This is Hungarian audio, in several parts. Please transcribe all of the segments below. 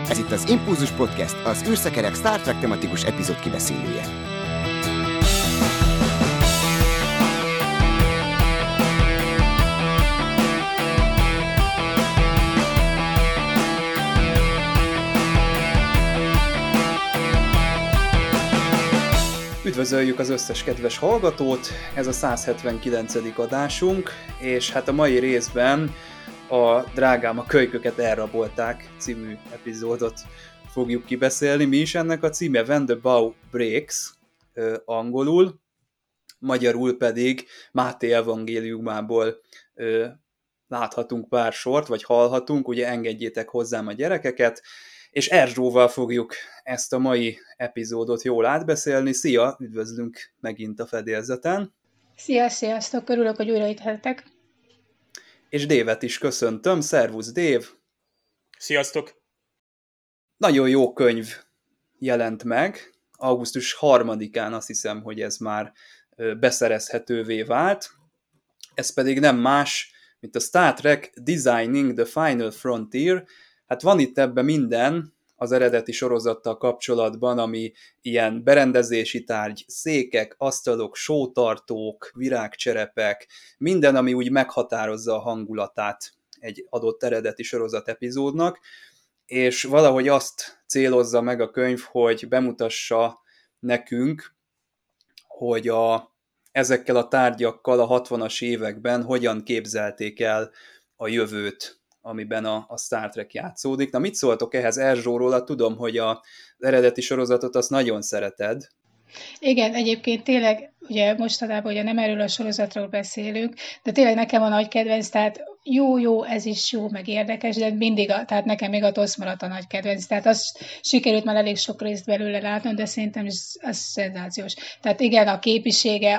Ez itt az Impulzus Podcast, az űrszekerek Star Trek tematikus epizód kibeszélője. Üdvözöljük az összes kedves hallgatót, ez a 179. adásunk, és hát a mai részben a Drágám a kölyköket elrabolták című epizódot fogjuk kibeszélni. Mi is ennek a címe? When the Bow Breaks angolul, magyarul pedig Máté evangéliumából láthatunk pár sort, vagy hallhatunk, ugye engedjétek hozzám a gyerekeket, és Erzsóval fogjuk ezt a mai epizódot jól átbeszélni. Szia, üdvözlünk megint a fedélzeten. Sziasztok, örülök, hogy újra itt lehetek. És Dévet is köszöntöm. Szervusz, Dév! Sziasztok! Nagyon jó könyv jelent meg. Augusztus 3-án azt hiszem, hogy ez már beszerezhetővé vált. Ez pedig nem más, mint a Star Trek Designing the Final Frontier. Hát van itt ebben minden az eredeti sorozattal kapcsolatban, ami ilyen berendezési tárgy, székek, asztalok, sótartók, virágcserepek, minden, ami úgy meghatározza a hangulatát egy adott eredeti sorozat epizódnak, és valahogy azt célozza meg a könyv, hogy bemutassa nekünk, hogy ezekkel a tárgyakkal a 60-as években hogyan képzelték el a jövőt, amiben a Star Trek játszódik. Na, mit szóltok ehhez, Erzsóról? Tudom, hogy az eredeti sorozatot azt nagyon szereted. Igen, egyébként tényleg, ugye mostanában ugye nem erről a sorozatról beszélünk, de tényleg nekem a nagy kedvenc, tehát jó, ez is jó, meg érdekes, de mindig, tehát nekem még a TOSZ maradt a nagy kedvenc, tehát azt sikerült már elég sok részt belőle látnom, de szerintem ez szenzációs. Tehát igen, a képisége,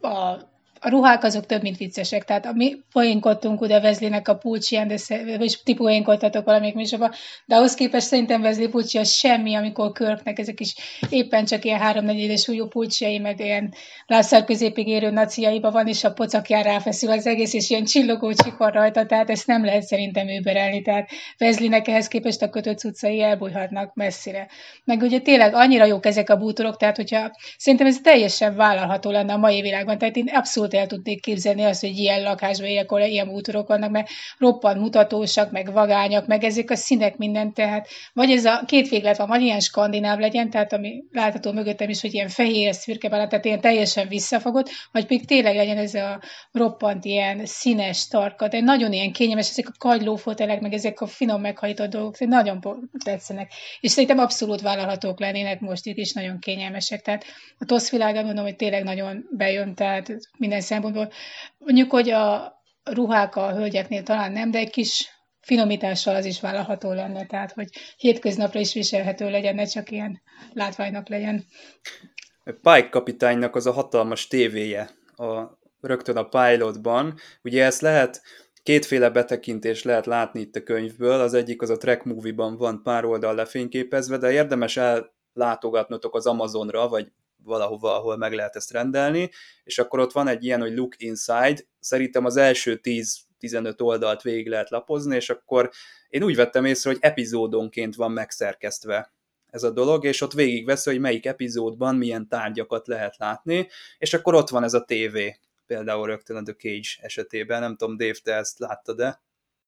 a ruhák azok több, mint viccesek. Tehát mi poénkodtunk ugye Wesleynek a pulcsián, és ti poénkodtatok valamelyik műsorban, de ahhoz képest szerintem Wesley pulcsi az semmi, amikor Kirknek ezek is éppen csak ilyen 3/4-es súlyú pulcsiai, meg ilyen lábszár középig érő naciaiba van, és a pocakján ráfeszül az egész, és ilyen csillogó csikor rajta, tehát ezt nem lehet szerintem überelni. Tehát Wesleynek ehhez képest a kötött cuccai elbújhatnak messzire. Meg ugye tényleg annyira jók ezek a bútorok, tehát hogyha szerintem ez teljesen vállalható lenne a mai világban, tehát én abszolút el tudnék képzelni azt, hogy ilyen lakásban élek, ilyen bútorok vannak, mert roppant mutatósak, meg vagányak, meg ezek a színek minden, tehát vagy ez a két véglet van, vagy ilyen skandináv legyen, tehát ami látható mögöttem is, hogy ilyen fehér, szürke bele, tehát ilyen teljesen visszafogott, vagy pedig tényleg legyen ez a roppant ilyen színes, tarka, de nagyon ilyen kényelmes, ezek a kagylófotelek, meg ezek a finom meghajított dolgok, nagyon tetszenek. És szerintem abszolút vállalhatók lennének most itt is, nagyon kényelmesek. Tehát a TOSZ világban mondom, hogy tényleg nagyon bejön, tehát minden szempontból. Mondjuk, hogy a ruhák a hölgyeknél talán nem, de egy kis finomítással az is vállalható lenne, tehát hogy hétköznapra is viselhető legyen, ne csak ilyen látványnak legyen. Pike kapitánynak az a hatalmas tévéje rögtön a pilotban. Ugye ezt lehet, kétféle betekintést lehet látni itt a könyvből, az egyik az a Trek Movie-ban van pár oldal lefényképezve, de érdemes ellátogatnotok az Amazonra, vagy valahova, ahol meg lehet ezt rendelni, és akkor ott van egy ilyen, hogy Look Inside, szerintem az első 10-15 oldalt végig lehet lapozni, és akkor én úgy vettem észre, hogy epizódonként van megszerkesztve ez a dolog, és ott végigvesz, hogy melyik epizódban milyen tárgyakat lehet látni, és akkor ott van ez a tévé, például rögtön a The Cage esetében, nem tudom, Dave, te ezt láttad-e?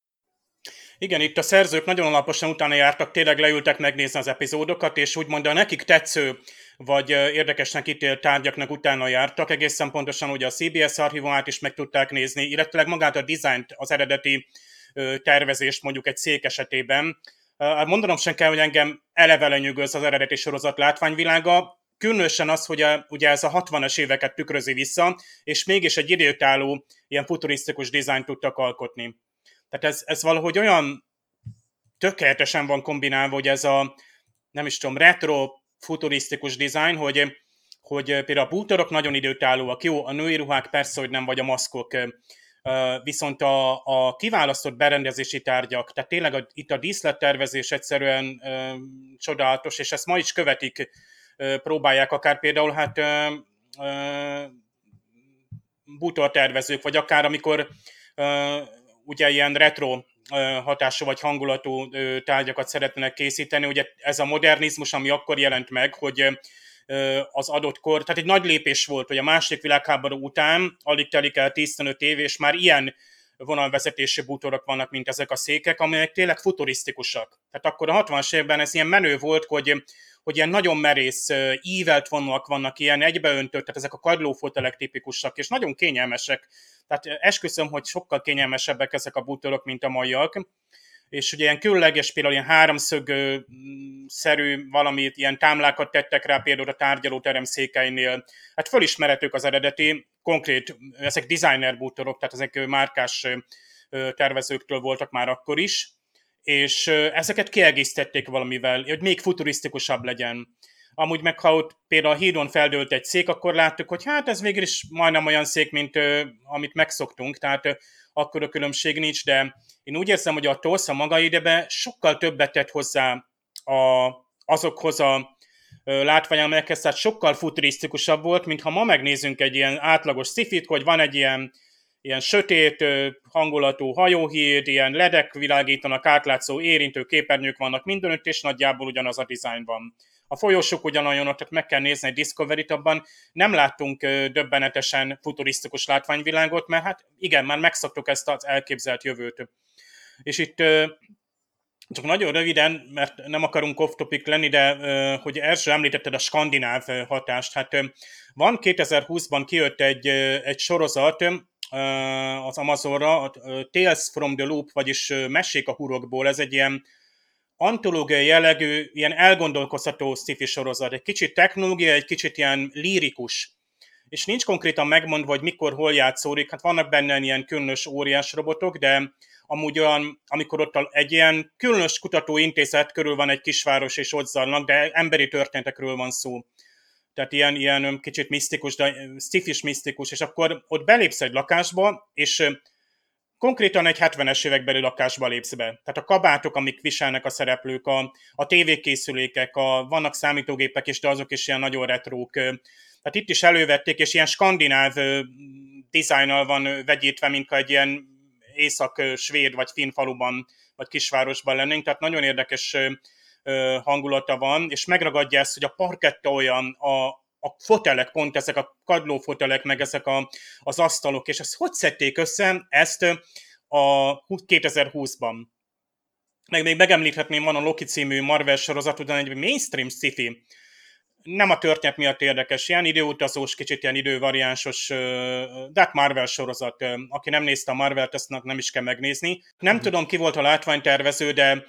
Igen, itt a szerzők nagyon alaposan utána jártak, tényleg leültek megnézni az epizódokat, és úgymond a nekik tetsző, vagy érdekesnek ítélt tárgyaknak utána jártak, egészen pontosan ugye a CBS archívumát is meg tudták nézni, illetve magát a dizájnt, az eredeti tervezést mondjuk egy szék esetében. Mondanom sem kell, hogy engem eleve lenyűgöz az eredeti sorozat látványvilága, különösen az, hogy ugye ez a 60-as éveket tükrözi vissza, és mégis egy időtálló, ilyen futurisztikus dizájnt tudtak alkotni. Tehát ez valahogy olyan tökéletesen van kombinálva, hogy ez a, nem is tudom, retro futurisztikus dizájn, hogy például a bútorok nagyon időtállóak, jó, a női ruhák persze, hogy nem, vagy a maszkok, viszont a kiválasztott berendezési tárgyak, tehát tényleg itt a díszlettervezés egyszerűen csodálatos, és ezt ma is követik, próbálják akár például bútortervezők, vagy akár amikor ugye ilyen retro hatású vagy hangulatú tárgyakat szeretnének készíteni. Ugye ez a modernizmus, ami akkor jelent meg, hogy az adott kor, tehát egy nagy lépés volt, hogy a második világháború után alig telik el 15 év, és már ilyen vonalvezetési bútorok vannak, mint ezek a székek, amelyek tényleg futurisztikusak. Tehát akkor a 60-as évben ez ilyen menő volt, hogy ilyen nagyon merész, ívelt vonalak vannak, ilyen egybeöntött, tehát ezek a kagylófotelek tipikusak, és nagyon kényelmesek. Tehát esküszöm, hogy sokkal kényelmesebbek ezek a bútorok, mint a maiak. És ugye ilyen különleges, például ilyen háromszög-szerű valamit, ilyen támlákat tettek rá például a tárgyalóterem székeinél. Hát fölismerhetők az eredeti, konkrét, ezek designer bútorok, tehát ezek márkás tervezőktől voltak már akkor is, és ezeket kiegészítették valamivel, hogy még futurisztikusabb legyen. Amúgy meg, ha ott például a hídon feldőlt egy szék, akkor láttuk, hogy hát ez végül is majdnem olyan szék, mint amit megszoktunk, tehát akkor a különbség nincs, de én úgy érzem, hogy a TOSZ a maga idebe sokkal többet tett hozzá azokhoz a látványelmekhez, tehát sokkal futurisztikusabb volt, mint ha ma megnézzünk egy ilyen átlagos sci-fit, hogy van egy ilyen sötét hangulatú hajóhíd, ilyen ledek világítanak, átlátszó érintő képernyők vannak mindenütt, és nagyjából ugyanaz a dizájn van. A folyosók ugyanolyanok, tehát meg kell nézni egy Discovery-t, abban nem láttunk döbbenetesen futurisztikus látványvilágot, mert hát igen, már megszoktuk ezt az elképzelt jövőt. És itt csak nagyon röviden, mert nem akarunk off-topic lenni, de hogy Erzső említetted a skandináv hatást. Hát van 2020-ban kijött egy sorozat az Amazonra, a Tales from the Loop, vagyis Mesék a hurokból. Ez egy ilyen antológiai jellegű, ilyen elgondolkoztató sci-fi sorozat. Egy kicsit technológia, egy kicsit ilyen lírikus. És nincs konkrétan megmondva, hogy mikor, hol játszódik. Hát vannak benne ilyen különös óriás robotok, de amúgy olyan, amikor ott egy ilyen különös kutatóintézet körül van egy kisváros, és ott zajlanak, de emberi történetekről van szó. Tehát ilyen kicsit misztikus, de sci-fis misztikus, és akkor ott belépsz egy lakásba, és konkrétan egy 70-es évekbeli lakásba lépsz be. Tehát a kabátok, amik viselnek a szereplők, a tévékészülékek, vannak számítógépek is, de azok is ilyen nagyon retrók. Tehát itt is elővették, és ilyen skandináv dizájnnal van vegyítve, mintha egy ilyen észak-svéd vagy finn faluban, vagy kisvárosban lennénk. Tehát nagyon érdekes hangulata van, és megragadja ezt, hogy a parketta olyan, a fotelek, pont ezek a kagylófotelek, meg ezek az asztalok, és ezt hogy szedték össze? Ezt a 2020-ban. Meg még megemlíthetném, van a Loki című Marvel sorozat, ugyan egy mainstream sci-fi. Nem a történet miatt érdekes, ilyen időutazós, kicsit ilyen idővariánsos, de hát Marvel sorozat. Aki nem nézte a Marvelt, azt nem is kell megnézni. Nem tudom, ki volt a látványtervező, de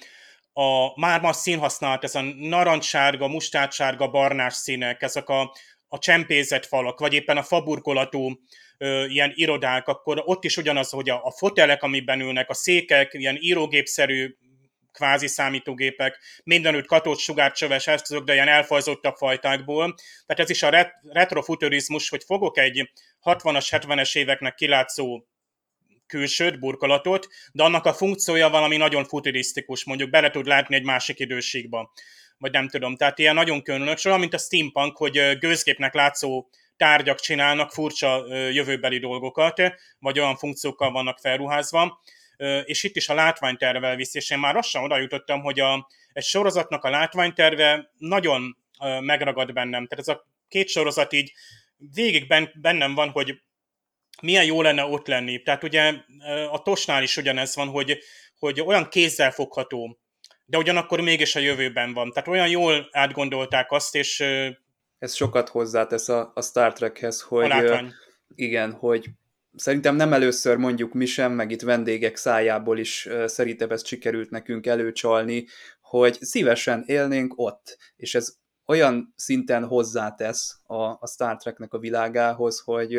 már ma színhasználat, ez a narancssárga, mustátsárga, barnás színek, ezek a csempézett falak, vagy éppen a faburkolatú ilyen irodák, akkor ott is ugyanaz, hogy a fotelek, amiben ülnek, a székek, ilyen írógépszerű, kvázi számítógépek, mindenütt katódsugárcsöves eszközök, de ilyen elfajzottabb fajtákból. Tehát ez is a retrofuturizmus, hogy fogok egy 60-as, 70-es éveknek kilátszó külsőt, burkolatot, de annak a funkciója valami nagyon futurisztikus, mondjuk bele tud látni egy másik időségbe, vagy nem tudom. Tehát ilyen nagyon különös, olyan, mint a steampunk, hogy gőzgépnek látszó tárgyak csinálnak furcsa jövőbeli dolgokat, vagy olyan funkciókkal vannak felruházva, és itt is a látványtervel visz, és én már lassan oda jutottam, hogy egy sorozatnak a látványterve nagyon megragad bennem. Tehát ez a két sorozat így végig bennem van, hogy milyen jó lenne ott lenni. Tehát ugye a TOS-nál is ugyanez van, hogy olyan kézzel fogható, de ugyanakkor mégis a jövőben van. Tehát olyan jól átgondolták azt, és... Ez sokat hozzátesz a Star Trekhez, hogy igen, hogy szerintem nem először mondjuk mi sem, meg itt vendégek szájából is szerintem ezt sikerült nekünk előcsalni, hogy szívesen élnénk ott, és ez olyan szinten hozzátesz a Star Treknek a világához, hogy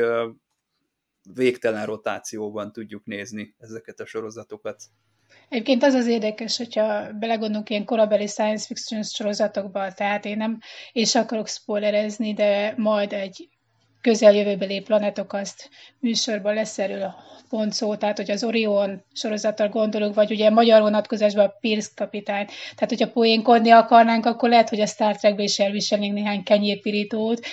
végtelen rotációban tudjuk nézni ezeket a sorozatokat. Egyébként az érdekes, hogyha belegondolunk ilyen korabeli science fiction sorozatokba, tehát én akarok spoilerezni, de majd egy közeljövőbeli Planetokaszt műsorban lesz erről a pont szó, tehát hogy az Orion sorozattal gondolunk, vagy ugye magyar vonatkozásban a Pierce kapitány, tehát hogyha poénkodni akarnánk, akkor lehet, hogy a Star Trekben is elviselnénk néhány kenyérpirítót,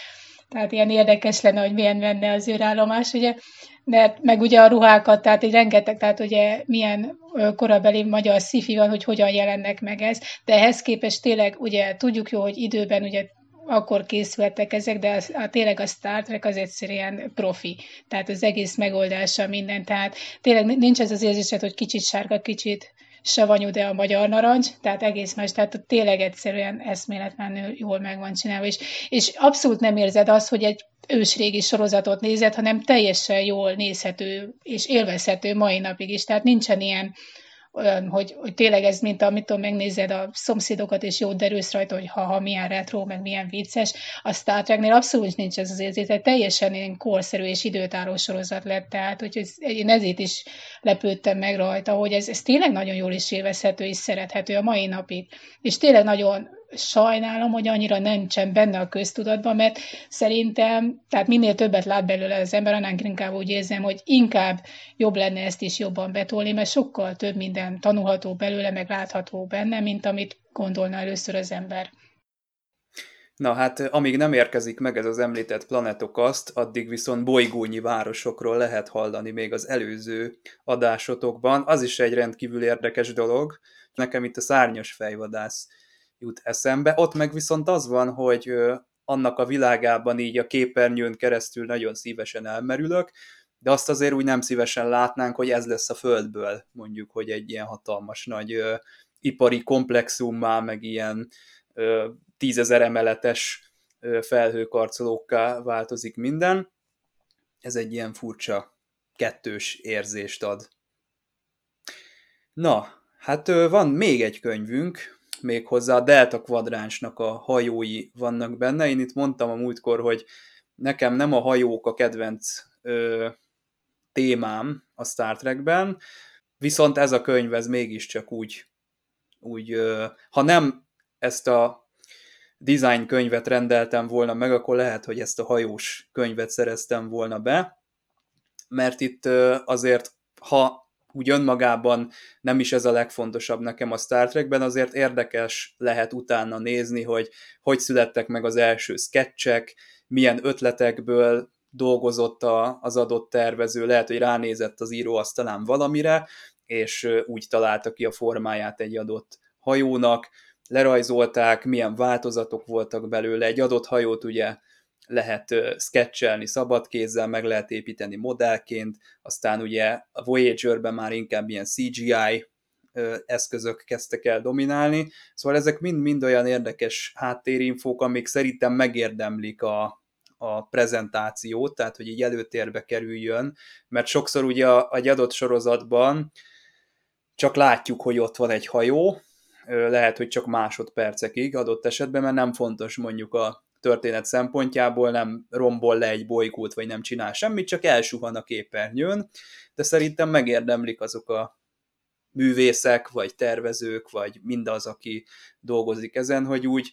Tehát ilyen érdekes lenne, hogy milyen lenne az űrállomás, ugye, de meg ugye a ruhákat, tehát egy rengeteg, tehát ugye milyen korabeli magyar sci-fi van, hogy hogyan jelennek meg ez, de ehhez képest tényleg ugye tudjuk jó, hogy időben ugye akkor készültek ezek, de tényleg a Star Trek az egyszerűen profi. Tehát az egész megoldása minden. Tehát tényleg nincs ez az érzésed, hogy kicsit sárga, kicsit savanyú, de a magyar narancs, tehát egész más, tehát tényleg egyszerűen eszméletlenül jól meg van csinálva, és abszolút nem érzed azt, hogy egy ősrégi sorozatot nézed, hanem teljesen jól nézhető és élvezhető mai napig is, tehát nincsen ilyen olyan, hogy tényleg ez, mint amit megnézed a szomszédokat, és jót derülsz rajta, hogy ha milyen retro, meg milyen vicces. A Star Treknél abszolút nincs ez az érzés, tehát teljesen ilyen korszerű és időtálló sorozat lett, tehát hogy én ezért is lepődtem meg rajta, hogy ez tényleg nagyon jól is élvezhető és szerethető a mai napig. És tényleg nagyon sajnálom, hogy annyira nincsen benne a köztudatban, mert szerintem, tehát minél többet lát belőle az ember, annál inkább úgy érzem, hogy inkább jobb lenne ezt is jobban betolni, mert sokkal több minden tanulható belőle, meg látható benne, mint amit gondolna először az ember. Na hát, amíg nem érkezik meg ez az említett Planetokaszt, addig viszont bolygónyi városokról lehet hallani még az előző adásotokban. Az is egy rendkívül érdekes dolog. Nekem itt a Szárnyas fejvadász jut eszembe. Ott meg viszont az van, hogy annak a világában így a képernyőn keresztül nagyon szívesen elmerülök, de azt azért úgy nem szívesen látnánk, hogy ez lesz a Földből, mondjuk, hogy egy ilyen hatalmas nagy ipari komplexummá, meg ilyen 10 000 emeletes felhőkarcolókká változik minden. Ez egy ilyen furcsa kettős érzést ad. Na, hát van még egy könyvünk, méghozzá a Delta Kvadránsnak a hajói vannak benne. Én itt mondtam a múltkor, hogy nekem nem a hajók a kedvenc témám a Star Trekben, viszont ez a könyv, ez mégiscsak úgy ha nem ezt a design könyvet rendeltem volna meg, akkor lehet, hogy ezt a hajós könyvet szereztem volna be, mert itt azért, ha úgy önmagában nem is ez a legfontosabb nekem a Star Trekben, azért érdekes lehet utána nézni, hogy születtek meg az első sketchek, milyen ötletekből dolgozott az adott tervező, lehet, hogy ránézett az íróasztalán valamire, és úgy találta ki a formáját egy adott hajónak, lerajzolták, milyen változatok voltak belőle, egy adott hajót ugye lehet sketchelni szabad kézzel, meg lehet építeni modellként, aztán ugye a Voyager-ben már inkább ilyen CGI eszközök kezdtek el dominálni, szóval ezek mind olyan érdekes háttérinfók, amik szerintem megérdemlik a prezentációt, tehát hogy így előtérbe kerüljön, mert sokszor ugye egy adott sorozatban csak látjuk, hogy ott van egy hajó, lehet, hogy csak másodpercekig adott esetben, mert nem fontos mondjuk a történet szempontjából, nem rombol le egy bolygót, vagy nem csinál semmit, csak elsuhan a képernyőn, de szerintem megérdemlik azok a művészek, vagy tervezők, vagy mindaz, aki dolgozik ezen, hogy úgy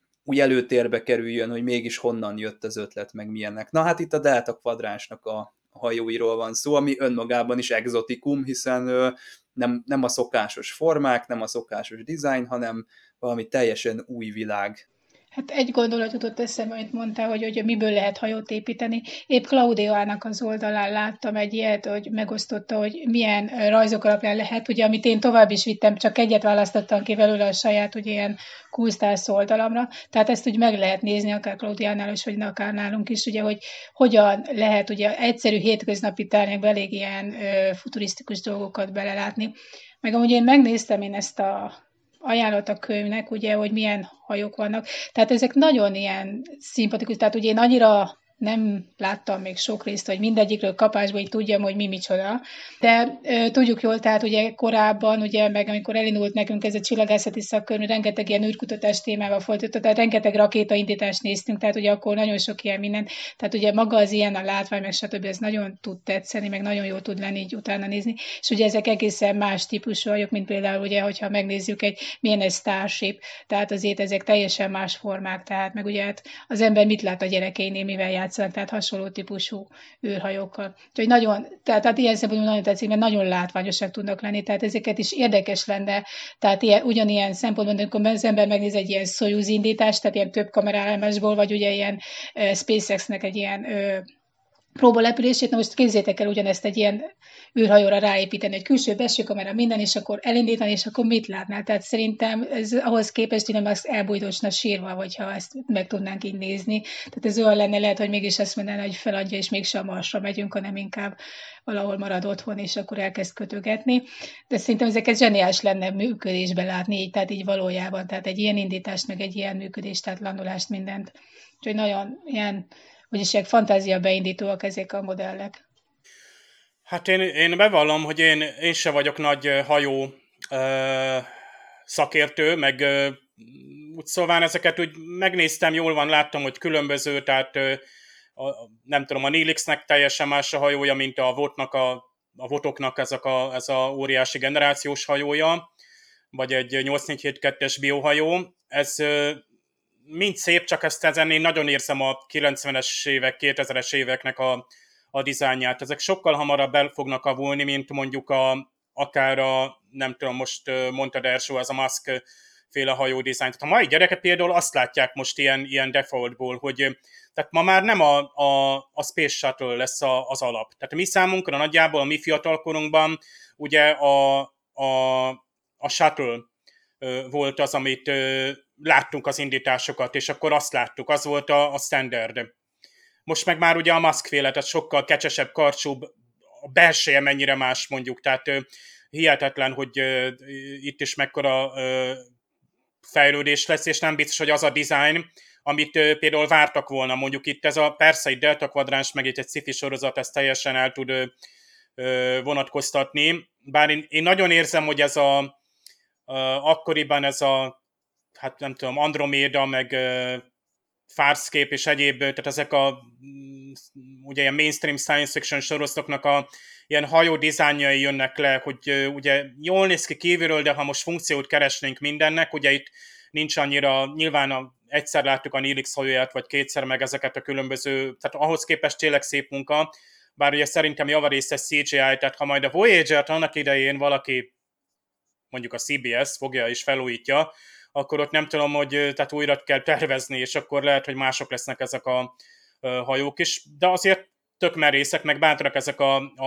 előtérbe kerüljön, hogy mégis honnan jött az ötlet, meg milyennek. Na hát itt a Delta Kvadránsnak a hajóiról van szó, ami önmagában is exotikum, hiszen nem a szokásos formák, nem a szokásos dizájn, hanem valami teljesen új világ. Hát egy gondolat jutott eszembe, amit mondtál, hogy miből lehet hajót építeni. Épp Claudioának az oldalán láttam egy ilyet, hogy megosztotta, hogy milyen rajzok alapján lehet, ugye, amit én tovább is vittem, csak egyet választottam ki belőle a saját, ugye ilyen Cool Stars oldalamra. Tehát ezt úgy meg lehet nézni, akár Claudiánál is, vagy akár nálunk is, ugye, hogy hogyan lehet ugye egyszerű hétköznapi tárgyakban elég ilyen futurisztikus dolgokat belelátni. Meg amúgy én megnéztem ezt a ajánlott a könyvnek, ugye, hogy milyen hajók vannak. Tehát ezek nagyon ilyen szimpatikus, tehát ugye én annyira nem láttam még sok részt, hogy mindegyikről kapásból így tudjam, hogy mi micsoda. De tudjuk jól, tehát ugye korábban, ugye, meg amikor elindult nekünk ez a csillagászati szakkör, rengeteg ilyen űrkutatás témával folytatott, tehát rengeteg rakétaindítást néztünk, tehát ugye akkor nagyon sok ilyen minden. Tehát ugye maga az ilyen, a látvány, meg stb. Ez nagyon tud tetszeni, meg nagyon jó tud lenni így utána nézni. És ugye ezek egészen más típusú hajók, mint például ugye, hogyha megnézzük milyen egy Starship, tehát azért ezek teljesen más formák, tehát meg ugye hát az ember mit lát a gyerekeinél, mivel játszanak, tehát hasonló típusú űrhajókkal. Úgyhogy tehát ilyen szempontból nagyon tetszik, mert nagyon látványosak tudnak lenni, tehát ezeket is érdekes lenne, tehát ugyanilyen szempontból, amikor az ember megnéz egy ilyen Soyuz indítást, tehát ilyen több kamerállomásból, vagy ugye ilyen SpaceX-nek egy ilyen próbalepülését, na most képzétek el ugyanezt egy ilyen űrhajóra ráépíteni, egy külső-belső kamera, minden, és akkor elindítani, és akkor mit látnál? Tehát szerintem ez ahhoz képest, hogy nem az elbújdósna sírva, hogyha ezt meg tudnánk így nézni. Tehát ez olyan lenne, lehet, hogy mégis azt mondaná, hogy feladja, és mégsem a Marsra megyünk, hanem inkább valahol marad otthon, és akkor elkezd kötögetni. De szerintem ezeket zseniális lenne működésben látni, így, tehát így valójában. Tehát egy ilyen indítást, meg egy ilyen működést, tehát landolást, mindent. Úgyhogy nagyon ilyen, vagyis ilyen fantázia beindítóak ezek a modellek. Hát én bevallom, hogy én se vagyok nagy hajó szakértő, meg úgy szóval ezeket úgy megnéztem, jól van, láttam, hogy különböző, tehát nem tudom, a Nilix-nek teljesen más a hajója, mint a Vought-nak, a Vought-oknak ez a óriási generációs hajója, vagy egy 8472-es biohajó. Ez mind szép, csak ezen én nagyon érzem a 90-es évek, 2000-es éveknek a dizájnját. Ezek sokkal hamarabb el fognak avulni, mint mondjuk akár nem tudom, most mondtad Erzsó, az a Musk féle hajó dizájn. Tehát a mai gyerekek például azt látják most ilyen defaultból, hogy tehát ma már nem a Space Shuttle lesz az alap. Tehát mi számunkra nagyjából a mi fiatalkorunkban ugye a Shuttle volt az, amit láttunk az indításokat, és akkor azt láttuk, az volt a standard. Most meg már ugye a Musk féle, tehát sokkal kecsesebb, karcsúbb, a belseje mennyire más mondjuk, tehát hihetetlen, hogy itt is mekkora fejlődés lesz, és nem biztos, hogy az a design, amit például vártak volna, mondjuk itt persze egy Delta kvadráns, meg itt egy sci-fi sorozat, ezt teljesen el tud vonatkoztatni, bár én nagyon érzem, hogy ez akkoriban ez hát nem tudom, Andromeda, meg Farscape és egyéb, tehát ezek ugye ilyen mainstream science fiction sorozatoknak ilyen hajó dizájnjai jönnek le, hogy ugye jól néz ki kívülről, de ha most funkciót keresnénk mindennek, ugye itt nincs annyira, nyilván egyszer láttuk a Nilix hajóját, vagy kétszer meg ezeket a különböző, tehát ahhoz képest tényleg szép munka, bár ugye szerintem javarészes CGI, tehát ha majd a Voyager-t annak idején valaki, mondjuk a CBS fogja és felújítja, akkor ott nem tudom, hogy tehát újra kell tervezni, és akkor lehet, hogy mások lesznek ezek a hajók is, de azért tök merészek, meg bátrak ezek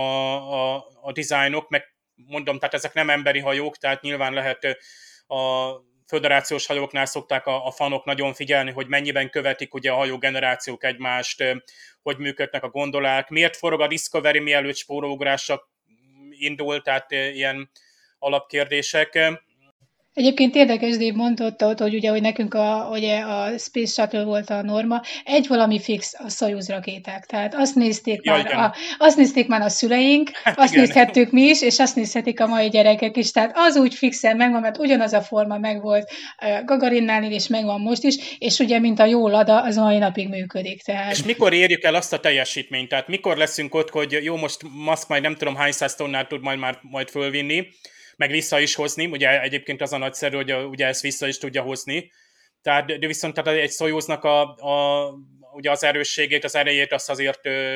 a dizájnok, meg mondom, tehát ezek nem emberi hajók, tehát nyilván lehet a föderációs hajóknál szokták a fanok nagyon figyelni, hogy mennyiben követik ugye a hajógenerációk egymást, hogy működnek a gondolák, miért forog a Discovery, mielőtt spóróugrásra indult, tehát ilyen alapkérdések. Egyébként érdekes, Dave mondta, hogy ugye, hogy nekünk ugye a Space Shuttle volt a norma, egy valami fix a Soyuz rakéták. Tehát azt nézték már a szüleink, hát azt igen. Nézhettük mi is, és azt nézhetik a mai gyerekek is. Tehát az úgy fixen megvan, mert ugyanaz a forma megvolt Gagarinnál és megvan most is, és ugye, mint a jó Lada, az mai napig működik. Tehát... És mikor érjük el azt a teljesítményt? Tehát mikor leszünk ott, hogy jó, most Musk majd nem tudom hány száz tonnát tud majd fölvinni, meg vissza is hozni, ugye egyébként az a nagyszerű, hogy ugye ezt vissza is tudja hozni, de viszont tehát egy Soyuznak ugye az erősségét, az erejét azt azért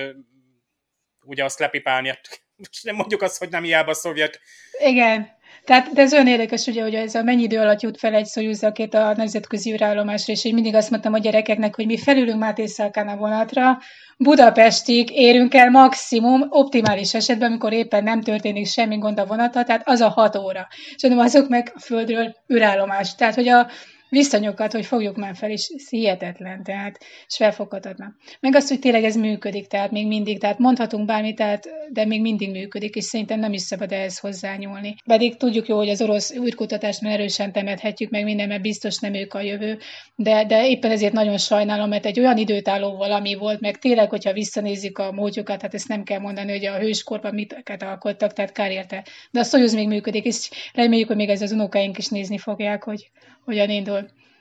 ugye azt lepipálni, nem mondjuk azt, hogy nem hiába a szovjet. Igen, tehát de ez olyan érdekes, ugye, hogy ez a mennyi idő alatt jut fel egy Soyuz rakéta a nemzetközi űrállomásra, és én mindig azt mondtam a gyerekeknek, hogy mi felülünk Máté Szalkán a vonatra, Budapestig érünk el maximum, optimális esetben, amikor éppen nem történik semmi gond a vonattal, tehát az a 6 óra. És azok meg a földről űrállomás. Tehát, hogy a viszonyokat, hogy fogjuk már fel, és hihetetlen, tehát, és felfoghatatlan. Meg azt, hogy tényleg ez működik, tehát még mindig, tehát mondhatunk bármit, de még mindig működik, és szerintem nem is szabad ehhez hozzányúlni. Pedig tudjuk jó, hogy az orosz űrkutatást már erősen temethetjük, meg minden, mert biztos nem ők a jövő, de éppen ezért nagyon sajnálom, mert egy olyan időtálló valami volt, meg tényleg, hogyha visszanézzük a módjukat, hát ezt nem kell mondani, hogy a hőskorban miket alkottak, tehát kár érte. De a Soyuz még működik, és reméljük, hogy még ez az unokáink is nézni fogják, hogy hogyan indul.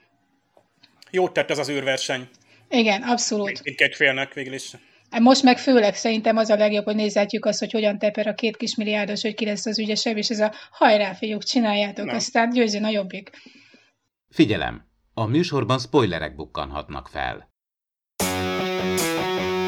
Jót tett ez az űrverseny. Igen, abszolút. Mindkét félnek végül is. Most meg főleg szerintem az a legjobb, hogy nézhetjük azt, hogy hogyan teper a 2 kis milliárdos, hogy ki lesz az ügyesebb, és ez a hajrá, fiúk, csináljátok, aztán győzzön a jobbik. Figyelem! A műsorban spoilerek bukkanhatnak fel.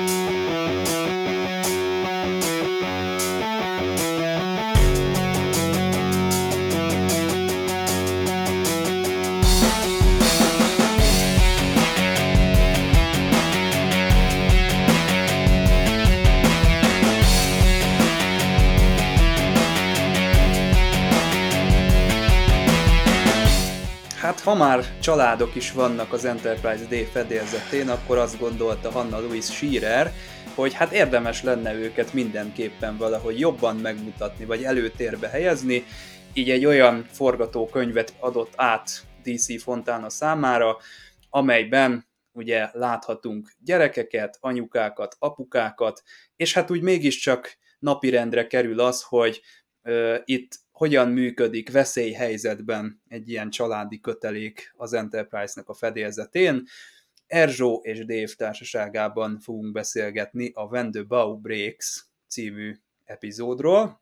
Hát ha már családok is vannak az Enterprise D fedélzetén, akkor azt gondolta Hannah Louise Shearer, hogy hát érdemes lenne őket mindenképpen valahogy jobban megmutatni, vagy előtérbe helyezni, így egy olyan forgatókönyvet adott át DC Fontana számára, amelyben ugye láthatunk gyerekeket, anyukákat, apukákat, és hát úgy mégiscsak napirendre kerül az, hogy itt hogyan működik veszélyhelyzetben egy ilyen családi kötelék az Enterprise-nak a fedélzetén. Erzsó és Dave társaságában fogunk beszélgetni a When the Bow Breaks című epizódról.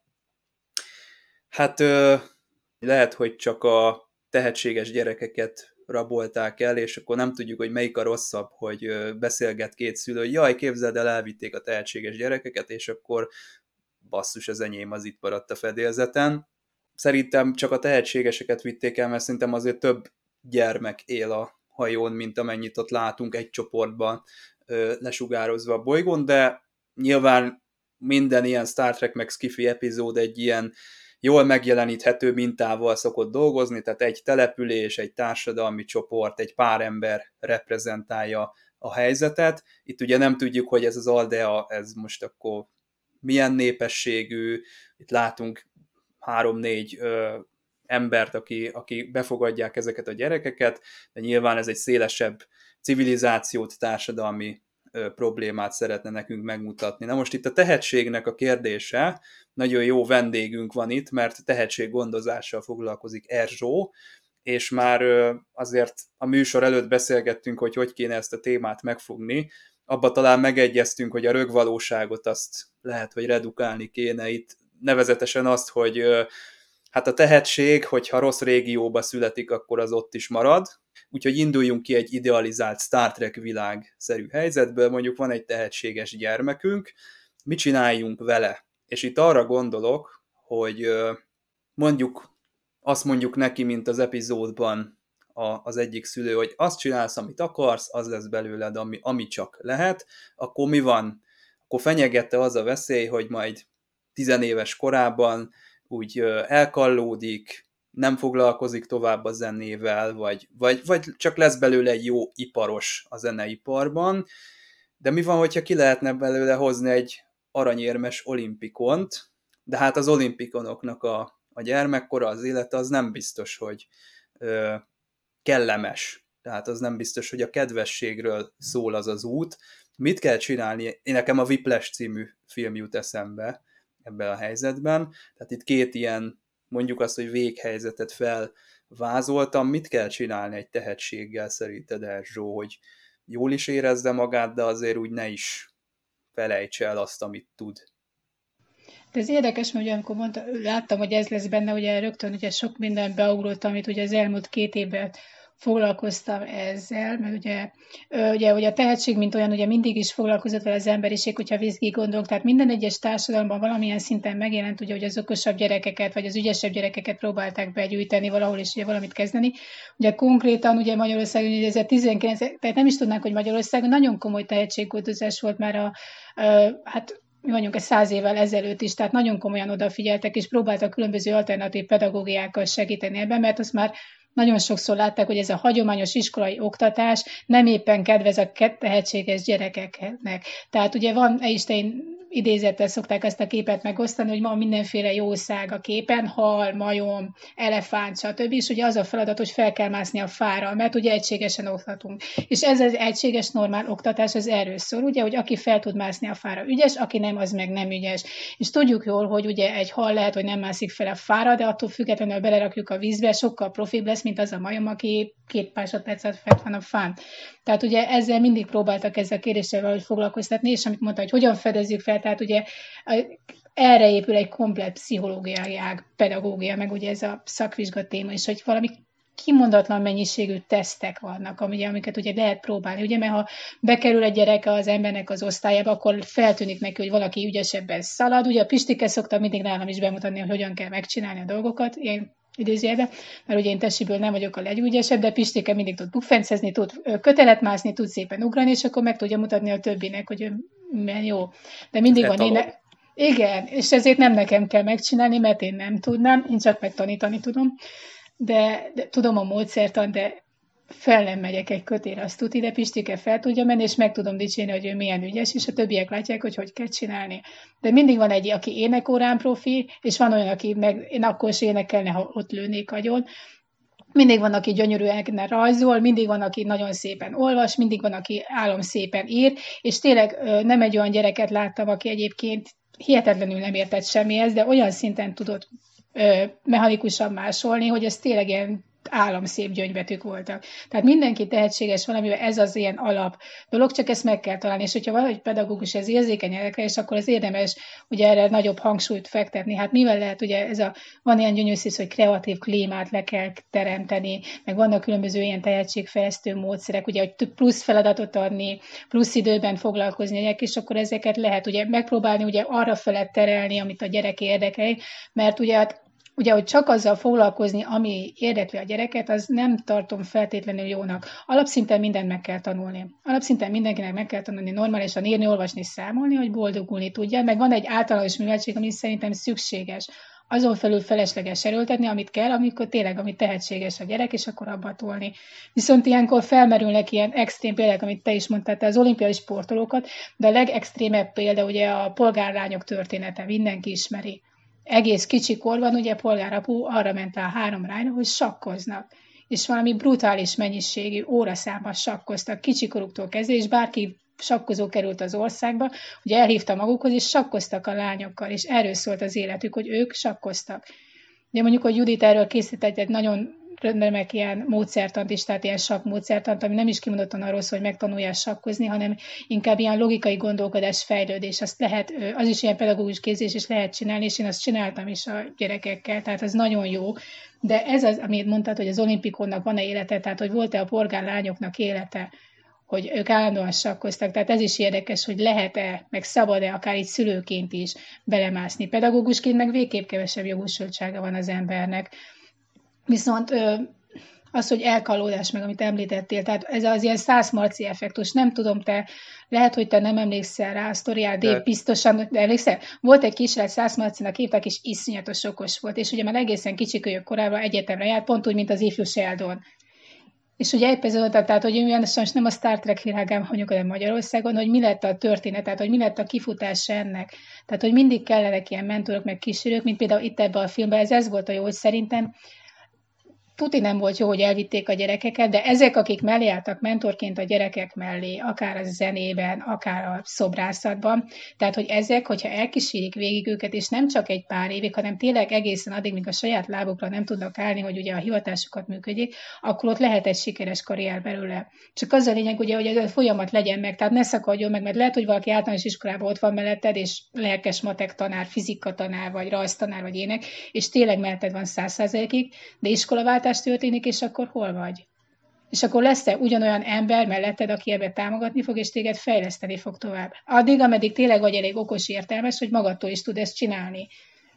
Hát lehet, hogy csak a tehetséges gyerekeket rabolták el, és akkor nem tudjuk, hogy melyik a rosszabb, hogy beszélget két szülő, hogy jaj, képzeld el, elvitték a tehetséges gyerekeket, és akkor basszus, az enyém az itt maradt a fedélzeten. Szerintem csak a tehetségeseket vitték el, mert szerintem azért több gyermek él a hajón, mint amennyit ott látunk egy csoportban lesugározva a bolygón, de nyilván minden ilyen Star Trek meg Sci-Fi epizód egy ilyen jól megjeleníthető mintával szokott dolgozni, tehát egy település, egy társadalmi csoport, egy pár ember reprezentálja a helyzetet. Itt ugye nem tudjuk, hogy ez az Aldea, ez most akkor milyen népességű, itt látunk 3-4 embert, aki befogadják ezeket a gyerekeket, de nyilván ez egy szélesebb civilizációt, társadalmi problémát szeretne nekünk megmutatni. Na most itt a tehetségnek a kérdése, nagyon jó vendégünk van itt, mert tehetséggondozással foglalkozik Erzsó, és már azért a műsor előtt beszélgettünk, hogy kéne ezt a témát megfogni, abba talán megegyeztünk, hogy a rögvalóságot azt lehet, hogy redukálni kéne itt, nevezetesen azt, hogy hát a tehetség, hogyha rossz régióba születik, akkor az ott is marad, úgyhogy induljunk ki egy idealizált Star Trek világszerű helyzetből, mondjuk van egy tehetséges gyermekünk, mit csináljunk vele? És itt arra gondolok, hogy azt mondjuk neki, mint az epizódban az egyik szülő, hogy azt csinálsz, amit akarsz, az lesz belőled, ami csak lehet, akkor mi van? Akkor fenyegette az a veszély, hogy majd 10 éves korában úgy elkallódik, nem foglalkozik tovább a zenével, vagy csak lesz belőle egy jó iparos a zeneiparban, de mi van, hogyha ki lehetne belőle hozni egy aranyérmes olimpikont, de hát az olimpikonoknak a gyermekkora, az élete az nem biztos, hogy kellemes. Tehát az nem biztos, hogy a kedvességről szól az az út. Mit kell csinálni? Nekem a Whiplash című film jut eszembe ebben a helyzetben. Tehát itt 2 ilyen, mondjuk azt, hogy véghelyzetet felvázoltam. Mit kell csinálni egy tehetséggel szerinted, Erzsó, hogy jól is érezze magát, de azért úgy ne is felejtse el azt, amit tud. De ez érdekes, mert ugye, amikor láttam, hogy ez lesz benne, ugye rögtön ugye sok minden beugrott, amit ugye az elmúlt 2 évben foglalkoztam ezzel, mert ugye a tehetség, mint olyan, ugye mindig is foglalkozott vele az emberiség, hogyha végig gondolunk, tehát minden egyes társadalomban valamilyen szinten megjelent, ugye, hogy az okosabb gyerekeket, vagy az ügyesebb gyerekeket próbálták begyűjteni valahol, és ugye valamit kezdeni. Ugye konkrétan, ugye Magyarországon, ugye 2019, tehát nem is tudnánk, hogy Magyarországon nagyon komoly tehetséggondozás volt már hát mi vagyunk 100 évvel ezelőtt is, tehát nagyon komolyan odafigyeltek, és próbáltak különböző alternatív pedagógiákkal segíteni ebben, mert azt már nagyon sokszor látták, hogy ez a hagyományos iskolai oktatás nem éppen kedvez a tehetséges gyerekeknek. Tehát ugye van, Einstein idézettel szokták ezt a képet megosztani, hogy ma mindenféle jószág a képen, hal, majom, elefánt, stb. És ugye az a feladat, hogy fel kell mászni a fára, mert ugye egységesen oktatunk. És ez az egységes normál oktatás az erről szól, ugye, hogy aki fel tud mászni a fára ügyes, aki nem, az meg nem ügyes. És tudjuk jól, hogy ugye egy hal lehet, hogy nem mászik fel a fára, de attól függetlenül belerakjuk a vízbe, sokkal profibb lesz, mint az a majom, aki 2 másodpercet fent van a fán. Tehát ugye ezzel mindig próbáltak ezzel a kérdéssel valahogy foglalkoztatni, és amit mondta, hogy hogyan fedezzük fel, tehát ugye erre épül egy komplett pszichológiai ág, pedagógia, meg ugye ez a szakvizsga téma is, hogy valami kimondatlan mennyiségű tesztek vannak, amiket ugye lehet próbálni. Ugye, mert ha bekerül egy gyerek az embernek az osztályába, akkor feltűnik neki, hogy valaki ügyesebben szalad. Ugye a Pistike szokta mindig nálam is bemutatni, hogy hogyan kell megcsinálni a dolgokat, ilyen idézőjelben, mert ugye én tesiből nem vagyok a legügyesebb, de Pistike mindig tud bukfencezni, tud kötelet mászni, tud szépen ugrani, és akkor meg tudja mutatni a többinek, hogy milyen jó. De mindig van én... Igen, és ezért nem nekem kell megcsinálni, mert én nem tudnám, én csak megtanítani tudom. de tudom a módszertan, de fel nem megyek egy kötére, azt tuti, de Pistike fel tudja menni, és meg tudom dicsérni, hogy ő milyen ügyes, és a többiek látják, hogy kell csinálni. De mindig van egy, aki énekórán profi, és van olyan, aki meg én akkor is énekelne, ha ott lőnék agyon. Mindig van, aki gyönyörűen rajzol, mindig van, aki nagyon szépen olvas, mindig van, aki szépen ír, és tényleg nem egy olyan gyereket láttam, aki egyébként hihetetlenül nem értett semmihez, de olyan szinten tudott mechanikusan másolni, hogy ez tényleg ilyen álomszép gyöngyvetük voltak. Tehát mindenki tehetséges valamivel, ez az ilyen alap dolog, csak ezt meg kell találni, és hogyha valahogy pedagógus ez érzékeny gyerekre, és akkor az érdemes ugye erre nagyobb hangsúlyt fektetni. Hát mivel lehet, ugye van ilyen gyönyörű szísz, hogy kreatív klímát le kell teremteni, meg vannak különböző ilyen tehetségfejlesztő módszerek, ugye, hogy plusz feladatot adni, plusz időben foglalkozni gyerek, és akkor ezeket lehet ugye megpróbálni ugye arra felett terelni, amit a gyerek érdekei, mert ugye, hogy csak azzal foglalkozni, ami érdekli a gyereket, az nem tartom feltétlenül jónak. Alapszinten mindent meg kell tanulni. Alapszinten mindenkinek meg kell tanulni normálisan írni, olvasni, számolni, hogy boldogulni tudja. Meg van egy általános műveltség, ami szerintem szükséges. Azon felül felesleges erőltetni, amit kell, amikor tényleg, amit tehetséges a gyerek, és akkor abba tolni. Viszont ilyenkor felmerülnek ilyen extrém példák, amit te is mondtál, te az olimpiai sportolókat, de a legextrémebb példa ugye a polgárlányok története, mindenki ismeri. Egész kicsi korban ugye polgárapu arra ment el 3 lányra, hogy sakkoznak. És valami brutális mennyiségű óraszámban sakkoztak, kicsikoruktól kezdve, és bárki sakkozó került az országba, ugye elhívta magukhoz, és sakkoztak a lányokkal, és erről szólt az életük, hogy ők sakkoztak. Ugye mondjuk, hogy Judit erről készített egy nagyon remek ilyen módszertant is, tehát ilyen sakkmódszertant, ami nem is kimondottan arról szól, hogy megtanuljál sakkozni, hanem inkább ilyen logikai gondolkodás, fejlődés. Azt lehet, az is ilyen pedagógus képzés is lehet csinálni, és én azt csináltam is a gyerekekkel, tehát az nagyon jó. De ez az, amit mondtad, hogy az olimpikonnak van-e élete, tehát hogy volt-e a polgárlányoknak élete, hogy ők állandóan sakkoztak. Tehát ez is érdekes, hogy lehet-e, meg szabad-e akár így szülőként is belemászni. Pedagógusként meg végképp kevesebb jogosultsága van az embernek. Viszont az, hogy elkalódás meg, amit említettél, tehát ez az ilyen Szász-Marci effektus, nem tudom, lehet, hogy te nem emlékszel rá, a sztoriál, de biztosan, de emlékszel? Volt egy kislány, Szász-Marcinak hívták, és iszonyatos okos volt, és ugye már egészen kicsikölyök korában egyetemre járt, pont úgy, mint az ifjú Sheldon. És ugye éppen tehát, hogy olyan sajnos nem a Star Trek világában vagyunk, hanem Magyarországon, hogy mi lett a történet, tehát hogy mi lett a kifutása ennek. Tehát, hogy mindig kellenek ilyen mentorok, meg kísérők, mint például itt ebben a filmben, ez volt a jó, hogy szerintem tuti nem volt jó, hogy elvitték a gyerekeket, de ezek, akik mellé álltak mentorként a gyerekek mellé, akár a zenében, akár a szobrászatban, tehát, hogy ezek, hogyha elkísérik végig őket, és nem csak egy pár évig, hanem tényleg egészen addig, míg a saját lábukra nem tudnak állni, hogy ugye a hivatásukat működjék, akkor ott lehet egy sikeres karrier belőle. Csak az a lényeg, ugye, hogy ez a folyamat legyen meg, tehát ne szakadjon meg, mert lehet, hogy valaki általános iskolában ott van melletted, és lelkes matek tanár, fizika tanár, vagy rajztanár, vagy ének, és tényleg melletted van 100%-ig, de iskolaváltás történik, és akkor hol vagy? És akkor lesz-e ugyanolyan ember melletted, aki ebben támogatni fog, és téged fejleszteni fog tovább. Addig, ameddig tényleg vagy elég okos, értelmes, hogy magadtól is tud ezt csinálni.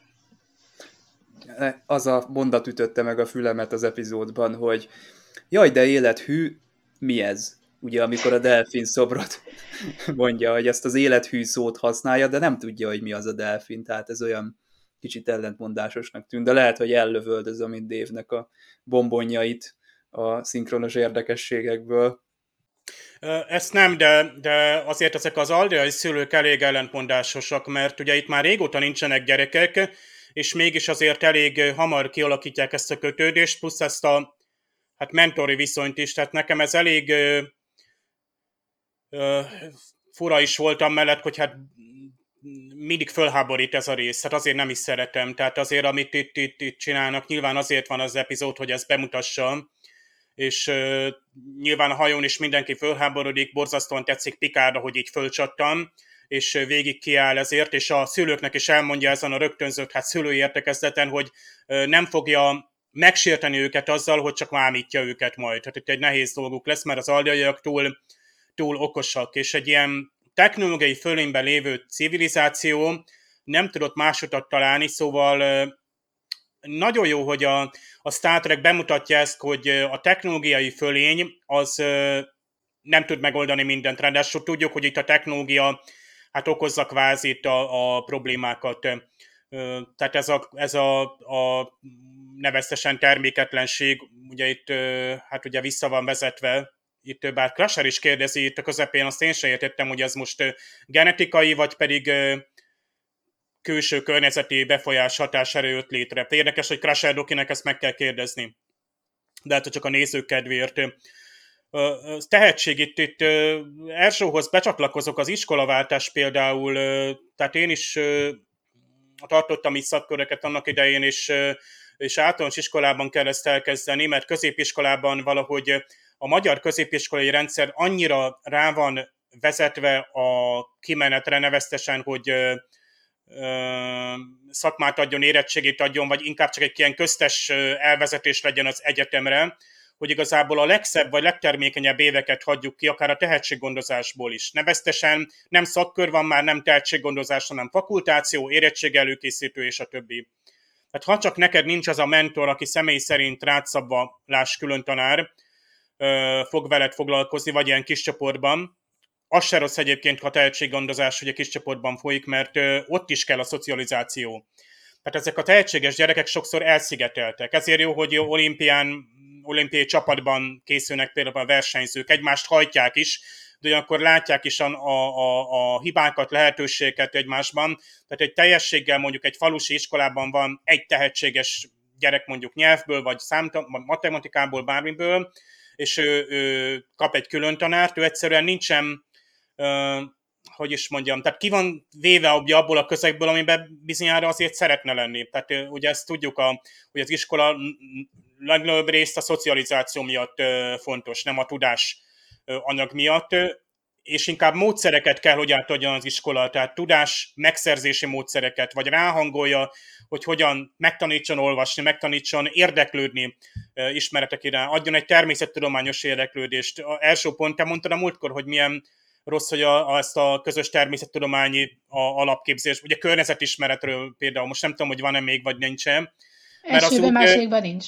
Az a mondat ütötte meg a fülemet az epizódban, hogy jaj, de élethű, mi ez? Ugye, amikor a delfin szobrot mondja, hogy ezt az élethű szót használja, de nem tudja, hogy mi az a delfin, tehát ez olyan kicsit ellentmondásosnak tűnt, de lehet, hogy ellövöldözöm mint Dave-nek a bombonjait a szinkronos érdekességekből. Ezt nem, de azért ezek az aldeai szülők elég ellentmondásosak, mert ugye itt már régóta nincsenek gyerekek, és mégis azért elég hamar kialakítják ezt a kötődést, plusz ezt a mentori viszonyt is, tehát nekem ez elég fura is voltam mellett, hogy mindig fölháborít ez a rész, hát azért nem is szeretem, tehát azért, amit itt csinálnak, nyilván azért van az epizód, hogy ezt bemutassa, és nyilván a hajón is mindenki fölháborodik, borzasztóan tetszik Picardra, hogy így fölcsattam, és végig kiáll ezért, és a szülőknek is elmondja ezen a rögtönzött szülői értekezleten, hogy nem fogja megsérteni őket azzal, hogy csak vámítja őket majd. Tehát itt egy nehéz dolguk lesz, mert az aldeaiak túl okosak, és egy ilyen technológiai fölényben lévő civilizáció nem tudott másodat találni, szóval nagyon jó, hogy a Star Trek bemutatja ezt, hogy a technológiai fölény az nem tud megoldani mindent. Ráadásul tudjuk, hogy itt a technológia okozza kvázi itt a problémákat. Tehát ez a neveztesen terméketlenség, ugye itt hát ugye vissza van vezetve, itt bár Crusher is kérdezi itt a közepén, azt én sem értettem, hogy ez most genetikai, vagy pedig külső környezeti befolyás hatására jött létre. Érdekes, hogy Crusher Dokinek ezt meg kell kérdezni. De hát csak a nézők kedvéért. Tehetség itt Erzsóhoz becsatlakozok, az iskolaváltás például, tehát én is tartottam így szakköröket annak idején, és általános iskolában kell ezt elkezdeni, mert középiskolában valahogy a magyar középiskolai rendszer annyira rá van vezetve a kimenetre, neveztesen, hogy szakmát adjon, érettségét adjon, vagy inkább csak egy ilyen köztes elvezetés legyen az egyetemre, hogy igazából a legszebb vagy legtermékenyebb éveket hagyjuk ki, akár a tehetséggondozásból is. Neveztesen nem szakkör van már, nem tehetséggondozás, hanem fakultáció, érettség előkészítő és a többi. Tehát ha csak neked nincs az a mentor, aki személy szerint rád szabva, láss külön tanár, fog veled foglalkozni, vagy ilyen kis csoportban, az se rossz egyébként, ha tehetséggondozás ugye kis csoportban folyik, mert ott is kell a szocializáció. Tehát ezek a tehetséges gyerekek sokszor elszigeteltek. Ezért jó, hogy olimpiai csapatban készülnek például a versenyzők, egymást hajtják is, de ugyanakkor látják is a hibákat, lehetőségeket egymásban. Tehát egy teljességgel mondjuk egy falusi iskolában van egy tehetséges gyerek mondjuk nyelvből, vagy matematikából, bármiből, és ő kap egy külön tanárt, ő egyszerűen nincsen, hogy is mondjam, tehát ki van véve abból a közegből, amiben bizonyára azért szeretne lenni. Tehát ugye ezt tudjuk, hogy az iskola legnagyobb részt a szocializáció miatt fontos, nem a tudás anyag miatt, és inkább módszereket kell, hogy átadjon az iskola, tehát tudás megszerzési módszereket, vagy ráhangolja, hogy hogyan megtanítson olvasni, megtanítson érdeklődni ismeretek iránt, adjon egy természettudományos érdeklődést. Első pont, te mondtad a múltkor, hogy milyen rossz, hogy ezt a közös természettudományi alapképzés, ugye környezetismeretről például, most nem tudom, hogy van-e még, vagy nincsen. Elsőben, másodikban nincs.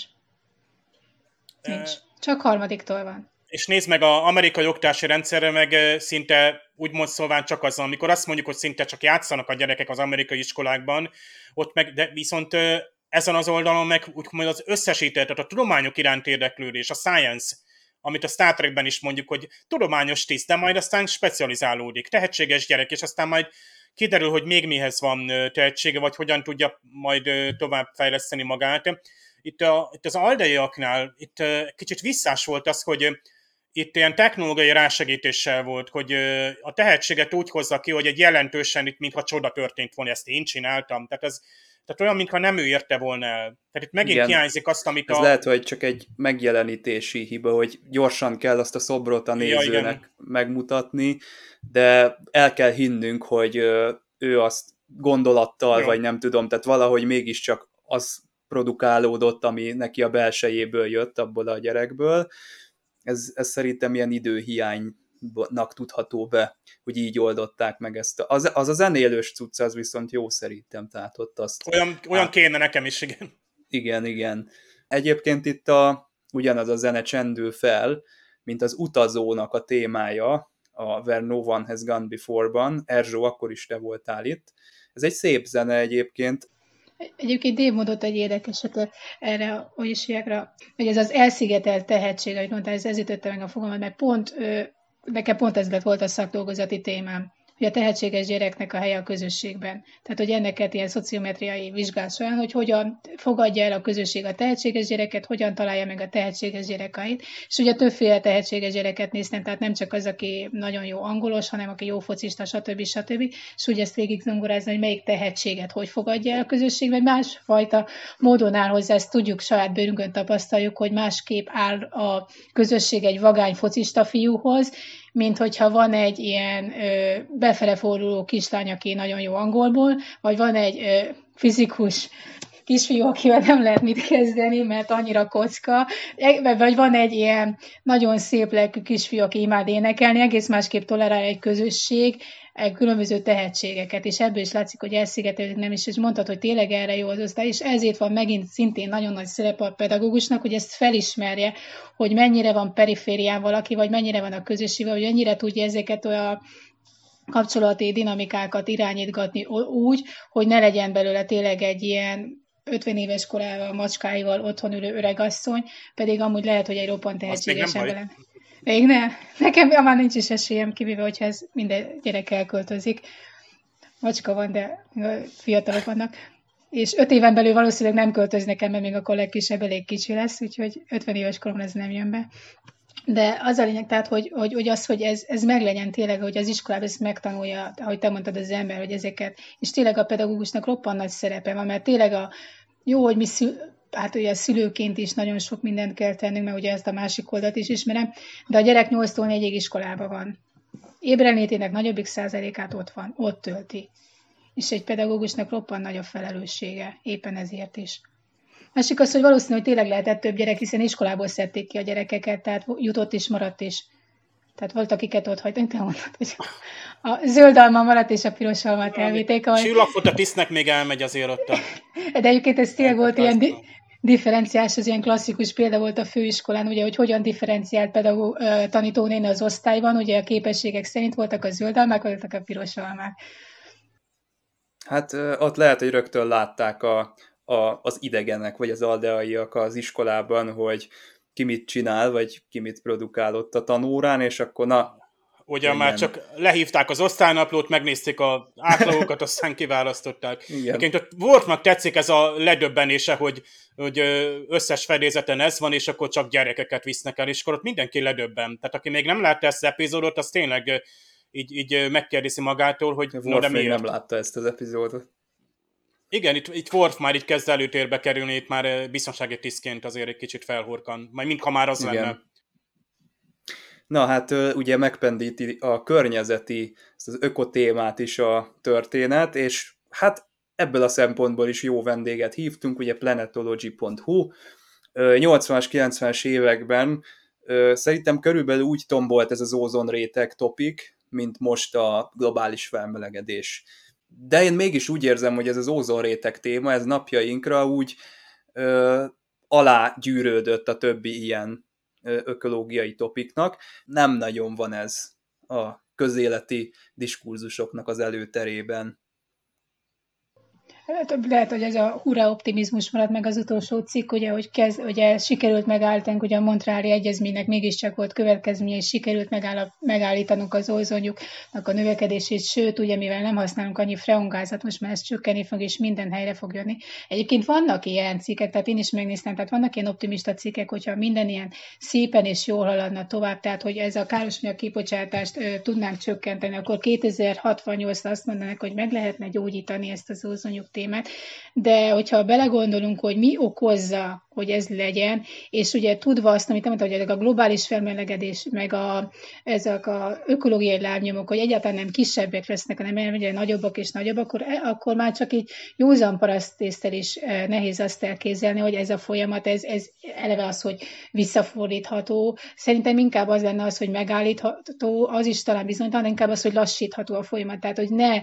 Csak harmadiktól van. És nézd meg, az amerikai oktatási rendszerre meg szinte úgymond szólván csak azzal, amikor azt mondjuk, hogy szinte csak játszanak a gyerekek az amerikai iskolákban, ott meg, de viszont ezen az oldalon meg úgymond az összesített, tehát a tudományok iránt érdeklődés, a science, amit a Star Trekben is mondjuk, hogy tudományos tiszt, de majd aztán specializálódik, tehetséges gyerek, és aztán majd kiderül, hogy még mihez van tehetsége, vagy hogyan tudja majd tovább fejleszteni magát. Itt az aldeiaknál itt kicsit visszás volt az, hogy itt ilyen technológiai rásegítéssel volt, hogy a tehetséget úgy hozza ki, hogy egy jelentősen itt mintha csoda történt volna, ezt én csináltam. Tehát olyan, mintha nem ő érte volna el. Tehát itt megint hiányzik azt, amit ez lehet, hogy csak egy megjelenítési hiba, hogy gyorsan kell azt a szobrot a nézőnek megmutatni, de el kell hinnünk, hogy ő azt gondolattal, vagy nem tudom, tehát valahogy mégiscsak az produkálódott, ami neki a belsejéből jött, abból a gyerekből. Ez szerintem ilyen időhiánynak tudható be, hogy így oldották meg ezt. Az a zenélős cucc, az viszont jó szerintem, tehát ott azt... Olyan kéne nekem is, igen. Igen. Egyébként itt ugyanaz a zene csendül fel, mint az Utazónak a témája, a Where No One Has Gone Before-ban. Erzsó, akkor is te voltál itt. Ez egy szép zene egyébként. Egyébként Dave mondott egy érdekeset erre, hogy ez az elszigetelt tehetség, amit mondtál, ez ütötte meg a fogamat, mert nekem pont ez volt a szakdolgozati témám, hogy a tehetséges gyereknek a helye a közösségben. Tehát, hogy ennek ilyen szociometriai vizsgát során, hogy hogyan fogadja el a közösség a tehetséges gyereket, hogyan találja meg a tehetséges gyerekait. És ugye többféle tehetséges gyereket néztem, tehát nem csak az, aki nagyon jó angolos, hanem aki jó focista, stb. És úgy ezt végig zongorázni, hogy melyik tehetséget hogy fogadja el a közösség, vagy másfajta módon áll hozzá, ezt tudjuk, saját bőrünkön tapasztaljuk, hogy másképp áll a közösség egy vagány focista fiúhoz, mint hogyha van egy ilyen befele forduló kislány, aki nagyon jó angolból, vagy van egy fizikus kisfiú, akivel nem lehet mit kezdeni, mert annyira kocka, vagy van egy ilyen nagyon szép lelkű kisfiú, aki imád énekelni, egész másképp tolerál egy közösség, különböző tehetségeket, és ebből is látszik, hogy elszigetelődik, nem is, és mondtad, hogy tényleg erre jó az osztály, és ezért van megint szintén nagyon nagy szerepe a pedagógusnak, hogy ezt felismerje, hogy mennyire van periférián valaki, vagy mennyire van a közösségben, vagy mennyire tudja ezeket olyan kapcsolati dinamikákat irányítgatni úgy, hogy ne legyen belőle tényleg egy ilyen 50 éves korával, macskáival otthon ülő öregasszony, pedig amúgy lehet, hogy egy roppant tehetséges ember lenne. Még ne. Nekem már nincs is esélyem, kivéve, hogyha ez minden gyerek elköltözik. Macska van, de fiatalok vannak. És 5 éven belül valószínűleg nem költöznek el, mert még a legkisebb elég kicsi lesz, úgyhogy 50 éves koromra ez nem jön be. De az a lényeg, tehát, hogy ez meglegyen tényleg, hogy az iskolában ezt megtanulja, ahogy te mondtad, az ember, hogy ezeket, és tényleg a pedagógusnak roppant nagy szerepe van, mert tényleg jó, hogy mi hát ugye szülőként is nagyon sok mindent kell tennünk, mert ugye ezt a másik oldalt is ismerem, de a gyerek 8-tól 4-ig iskolában van. Ébrenlétének nagyobbik százalékát ott tölti. És egy pedagógusnak roppant nagy a felelőssége, éppen ezért is. Másik az, hogy valószínű, hogy tényleg lehetett több gyerek, hiszen iskolából szedték ki a gyerekeket, tehát jutott is, maradt is. Tehát volt, akiket ott hagytak, te mondtad, hogy a zöld alma maradt, és a piros almát elvitték. Csillagfotat isznek, még elmegy azért ott. De egyébként ez tényleg volt ilyen differenciás, az ilyen klasszikus példa volt a főiskolán, ugye, hogy hogyan differenciált tanítónéni az osztályban, ugye a képességek szerint voltak a zöld almák, voltak a piros almák. Hát ott lehet, hogy rögtön látták az idegenek, vagy az aldeaiak az iskolában, hogy ki mit csinál, vagy ki mit produkál ott a tanórán, és akkor Ugyan már csak lehívták az osztálynaplót, megnézték az átlagokat, aztán kiválasztották. Egyébként ott Worfnak tetszik ez a ledöbbenése, hogy összes fedélzeten ez van, és akkor csak gyerekeket visznek el, és akkor ott mindenki ledöbben. Tehát aki még nem látta ezt az epizódot, az tényleg így megkérdezi magától, hogy Worf még nem látta ezt az epizódot. Igen, itt Worf már így kezd előtérbe kerülni, itt már biztonsági tisztként azért egy kicsit felhurkan, majd mintha már az lenne. Na hát ugye megpendíti a környezeti, az ökotémát is a történet, és hát ebből a szempontból is jó vendéget hívtunk, ugye planetology.hu. 80-as, 90-es években szerintem körülbelül úgy tombolt ez az ózonréteg topik, mint most a globális felmelegedés. De én mégis úgy érzem, hogy ez az ózonréteg téma, ez napjainkra úgy alágyűrődött a többi ilyen ökológiai topiknak. Nem nagyon van ez a közéleti diskurzusoknak az előterében. Lehet, hogy ez a hurra optimizmus maradt meg az utolsó cikk, ugye, hogy ugye sikerült megállítanunk, ugye a Montreali Egyezménynek mégiscsak volt következménye, és sikerült megállítanunk az ózonjuknak a növekedését, sőt, ugye, mivel nem használunk annyi freongázat, most már ez csökkenni fog, és minden helyre fog jönni. Egyébként vannak ilyen cikkek, tehát én is megnéztem, tehát vannak ilyen optimista cikkek, hogyha minden ilyen szépen és jól haladna tovább, tehát hogy ez a károsanyag kibocsátást tudnánk csökkenteni, akkor 2068-ra azt mondanak, hogy meg lehetne gyógyítani ezt az ózonjuk témát, de hogyha belegondolunk, hogy mi okozza, hogy ez legyen, és ugye tudva azt, amit mondtam, hogy a globális felmelegedés, meg ezek a ökológiai lábnyomok, hogy egyáltalán nem kisebbek lesznek, hanem egyre nagyobbak és nagyobbak, akkor már csak így józan parasztésztel is nehéz azt elképzelni, hogy ez a folyamat, ez eleve az, hogy visszafordítható. Szerintem inkább az lenne az, hogy megállítható, az is talán bizonytalan, inkább az, hogy lassítható a folyamat, tehát hogy ne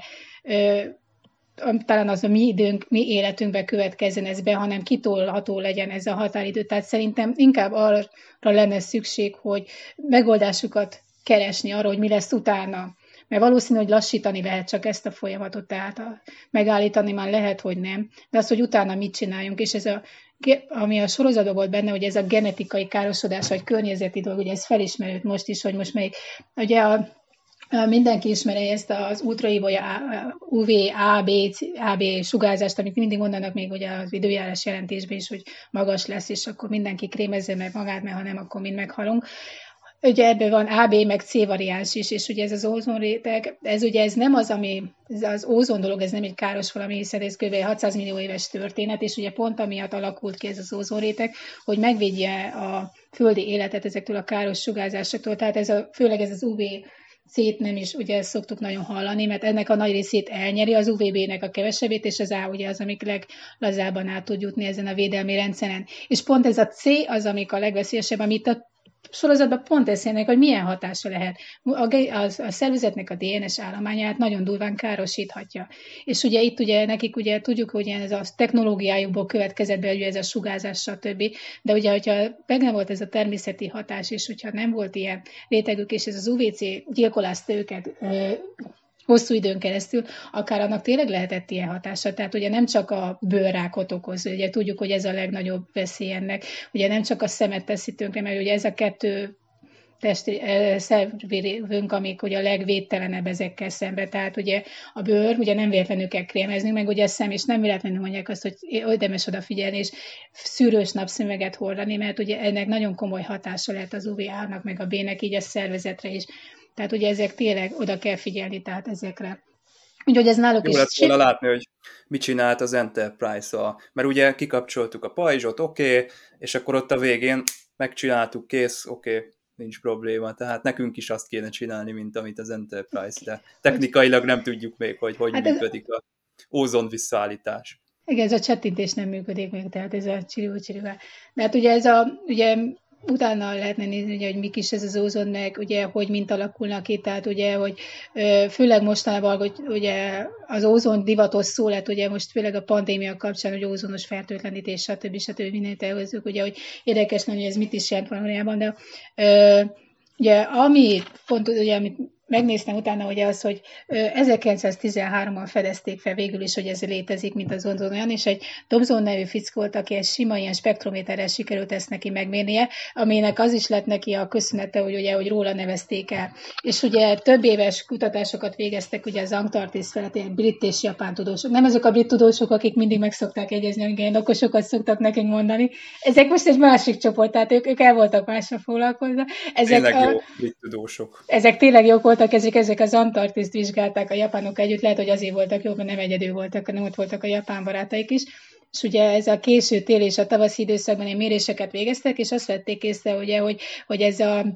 talán az a mi életünkben következzen ez be, hanem kitolható legyen ez a határidő. Tehát szerintem inkább arra lenne szükség, hogy megoldásokat keresni arra, hogy mi lesz utána. Mert valószínű, hogy lassítani lehet csak ezt a folyamatot, tehát megállítani már lehet, hogy nem. De az, hogy utána mit csináljunk, és ez ami a sorozatban volt benne, hogy ez a genetikai károsodás, vagy környezeti dolog, ugye ez felismerült most is, hogy most még, ugye mindenki ismeri ezt az ultraívója UV, AB sugárzást, amit mindig mondanak még ugye az időjárás jelentésben is, hogy magas lesz, és akkor mindenki krémezze meg magát, mert ha nem, akkor mind meghalunk. Ugye ebben van AB meg C variáns is, és ugye ez az ózonréteg, ez nem az, ez az ózon dolog, ez nem egy káros valami, hiszen ez kb. 600 millió éves történet, és ugye pont amiatt alakult ki ez az ózonréteg, hogy megvédje a földi életet ezektől a káros sugárzásoktól, tehát főleg ez az UV C-t nem is ugye szoktuk nagyon hallani, mert ennek a nagy részét elnyeri, az UVB-nek a kevesebbét, és az A ugye az, amik leglazábban át tud jutni ezen a védelmi rendszeren. És pont ez a C az, amik a legveszélyesebb, amit a sorozatban pont eszélnek, hogy milyen hatása lehet. A szervezetnek a DNS állományát nagyon durván károsíthatja. És ugye itt ugye nekik ugye tudjuk, hogy ez a technológiájukból következett be, ugye ez a sugárzás, stb. De ugye, hogyha meg nem volt ez a természeti hatás, és hogyha nem volt ilyen rétegük, és ez az UVC gyilkolázta őket hosszú időn keresztül, akár annak tényleg lehetett ilyen hatása. Tehát ugye nem csak a bőrrákot okoz, ugye tudjuk, hogy ez a legnagyobb veszély ennek, ugye nem csak a szemet teszi tönkre, mert ugye ez a kettő szervünk, amik ugye a legvédtelenebb ezekkel szemben. Tehát ugye a bőr, ugye nem véletlenül kell krémezni, meg ugye a szem, és nem véletlenül mondják azt, hogy érdemes odafigyelni, és szűrős napszemüveget hordani, mert ugye ennek nagyon komoly hatása lehet az UVA-nak, meg a B-nek, így a szervezetre is. Tehát ugye ezek tényleg oda kell figyelni, tehát ezekre. Úgyhogy ez náluk Jó is... lett volna látni, hogy mit csinált az Enterprise-a, mert ugye kikapcsoltuk a pajzsot, oké, és akkor ott a végén megcsináltuk, kész, oké, nincs probléma. Tehát nekünk is azt kéne csinálni, mint amit az Enterprise, de technikailag nem tudjuk még, hogy működik a ózon visszaállítás. Igen, ez a csettintés nem működik még, tehát ez a csirivó-csirivá. De hát ugye ugye utána lehetne nézni, ugye, hogy mik is ez az ózon, meg ugye, hogy mint alakulnak ki, tehát ugye, hogy főleg mostanában, hogy ugye az ózon divatos szó lett, ugye most főleg a pandémia kapcsán, hogy ózonos fertőtlenítés, stb. Mindent elhozzuk, ugye, hogy érdekes nem, hogy ez mit is jelent valójában, de ugye, amit megnéztem utána, ugye az, hogy 1913-ban fedezték fel végül is, hogy ez létezik, mint az ozon olyan, és egy Dobson nevű fickó volt, aki egy sima ilyen spektrométerrel sikerült ezt neki megmérnie, aminek az is lett neki a köszönete, hogy róla nevezték el. És ugye több éves kutatásokat végeztek ugye az Antarktisz felett, ilyen brit és japán tudósok. Nem azok a brit tudósok, akik mindig meg szokták jegyezni, hogy ilyen okosokat szoktak nekünk mondani. Ezek most egy másik csoport, tehát ők el voltak másra foglalkozva. Tényleg jó brit tudósok. Ezek tényleg jók voltak, ezek az Antarktiszt vizsgálták a japánok együtt, lehet, hogy azért voltak jók, mert nem egyedül voltak, hanem ott voltak a japán barátaik is. És ugye ez a késő tél és a tavaszi időszakban ilyen méréseket végeztek, és azt vették észre, ugye, hogy ez a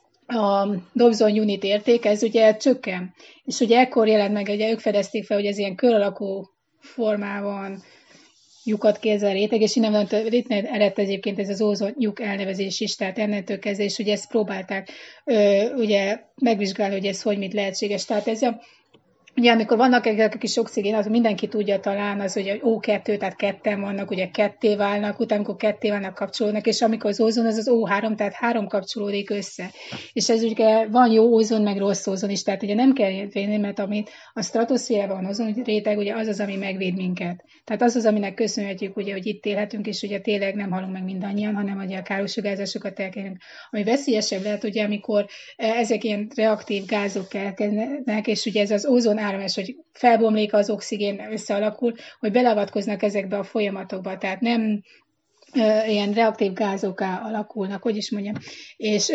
Dobson unit érték, ez ugye csökken. És ugye ekkor jelent meg, ugye ők fedezték fel, hogy ez ilyen kör alakú formában lyukat képzel a réteg, és innen eredt egyébként ez az ózon lyuk elnevezés is, tehát ennentől kezdve, és ugye ezt próbálták ugye megvizsgálni, hogy ez hogy mit lehetséges. Tehát ez ugye amikor vannak egy kis oxigén, az mindenki tudja talán, az ugye O2, tehát ketten vannak, ugye ketté válnak, utána amikor ketté válnak, kapcsolódnak, és amikor az ózon, az O3, tehát 3 kapcsolódik össze. És ez ugye van jó ózon, meg rossz ózon is, tehát ugye nem kell félni, mert amit a stratoszférában van ózon réteg, ugye az az, ami megvéd minket. Tehát az az, aminek köszönhetjük, ugye, hogy itt élhetünk, és ugye tényleg nem halunk meg mindannyian, hanem ugye a károsugárzásokat elkerülünk. Ami veszélyesebb lehet, ugye, amikor ezek ilyen reaktív gázok kellenek, és ugye ez az ózon áramlás, hogy felbomlik az oxigén, összealakul, hogy beleavatkoznak ezekbe a folyamatokba, tehát nem ilyen reaktív gázokká alakulnak, hogy is mondjam, és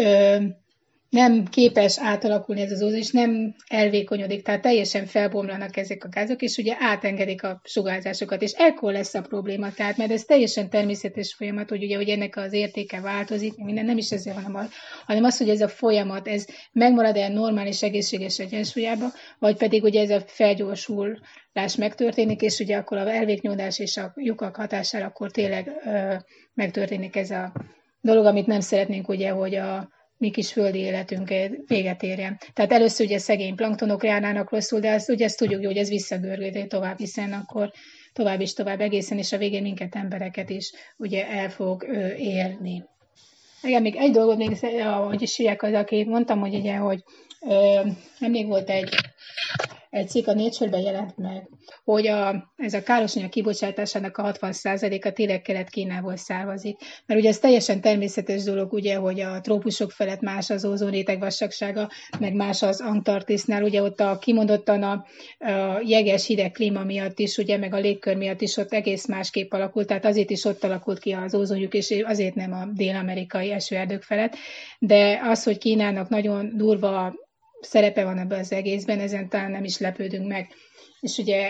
nem képes átalakulni ez az ózon, és nem elvékonyodik, tehát teljesen felbomlanak ezek a gázok, és ugye átengedik a sugárzásokat, és ekkor lesz a probléma, tehát mert ez teljesen természetes folyamat, hogy ugye hogy ennek az értéke változik, minden nem is ezzel van a baj, hanem az, hogy ez a folyamat, ez megmarad-e normális, egészséges egyensúlyába, vagy pedig ugye ez a felgyorsulás megtörténik, és ugye akkor a elvéknyódás és a lyukak hatására akkor tényleg megtörténik ez a dolog, amit nem szeretnénk, ugye, hogy a mi kis földi életünk véget érjen. Tehát először ugye szegény planktonok járnának rosszul, de ugye ezt tudjuk, hogy ez visszagörgődik tovább, hiszen akkor tovább és tovább egészen, és a végén minket, embereket is ugye el fog érni. Igen, még egy dolgot még, ahogy is hívják az, aki mondtam, hogy ugye, hogy nemrég volt egy cikk a Nature-ben jelent meg, hogy ez a károsanyag kibocsátásának a 60%-a tényleg Kelet-Kínából származik. Mert ugye ez teljesen természetes dolog, ugye, hogy a trópusok felett más az ózonréteg vastagsága, meg más az Antarktisznál, ugye ott kimondottan a jeges hideg klíma miatt is, ugye, meg a légkör miatt is ott egész másképp alakult, tehát azért is ott alakult ki az ózonjuk, és azért nem a dél-amerikai esőerdők felett. De az, hogy Kínának nagyon durva szerepe van ebben az egészben, ezen talán nem is lepődünk meg. És ugye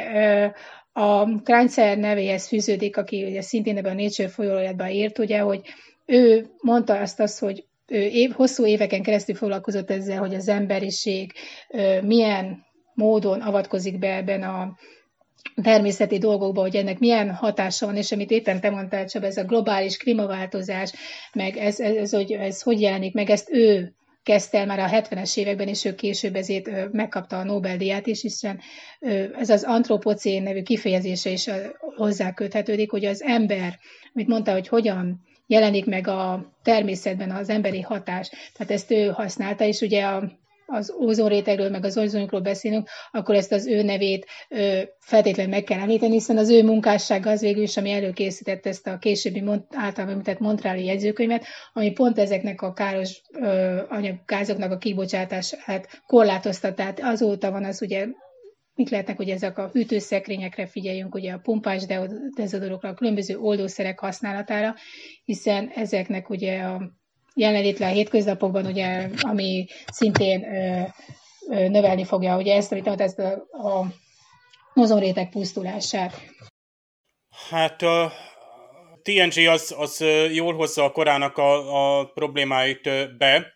a Kreitzer nevéhez fűződik, aki ugye szintén ebben a Nature folyóiratban írt, ugye, hogy ő mondta azt, hogy ő hosszú éveken keresztül foglalkozott ezzel, hogy az emberiség milyen módon avatkozik be ebben a természeti dolgokba, hogy ennek milyen hatása van, és amit éppen te mondtál, Csaba, ez a globális klímaváltozás, meg ez hogy jelenik meg, ezt ő kezdte el már a 70-es években, és ő később ezért megkapta a Nobel-díját is, hiszen ez az antropocén nevű kifejezése is hozzá köthetődik, hogy az ember, amit mondta, hogy hogyan jelenik meg a természetben az emberi hatás, tehát ezt ő használta, és ugye az ózonrétegről, meg az ózonokról beszélünk, akkor ezt az ő nevét feltétlenül meg kell említeni, hiszen az ő munkássága az végül is, ami előkészített ezt a későbbi általában említett Montreali jegyzőkönyvet, ami pont ezeknek a káros anyaggázoknak a kibocsátását korlátozta. Tehát azóta van az ugye, mik lehetnek, hogy ezek a hűtőszekrényekre figyeljünk, ugye a pumpás dezodorokra, a különböző oldószerek használatára, hiszen ezeknek ugye a jelenlétre a hétköznapokban, ugye, ami szintén növelni fogja ugye ezt, amit ezt a ozonréteg pusztulását. Hát a TNG az jól hozza a korának a problémáit be.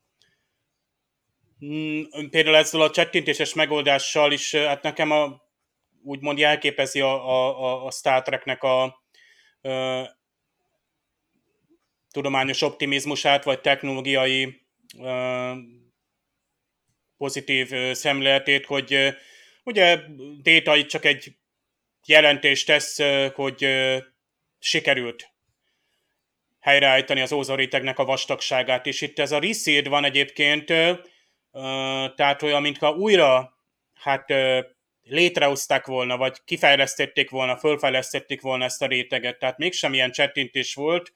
Például ezzel a csettintéses megoldással is, hát nekem úgymond jelképezi a Star Treknek a tudományos optimizmusát, vagy technológiai pozitív szemléletét, hogy ugye Data itt csak egy jelentést tesz, hogy sikerült helyreállítani az ózonrétegnek a vastagságát, és itt ez a reseed van egyébként, tehát olyan, mintha újra létrehozták volna, vagy kifejlesztették volna, fölfejlesztették volna ezt a réteget, tehát mégsem ilyen csettintés volt,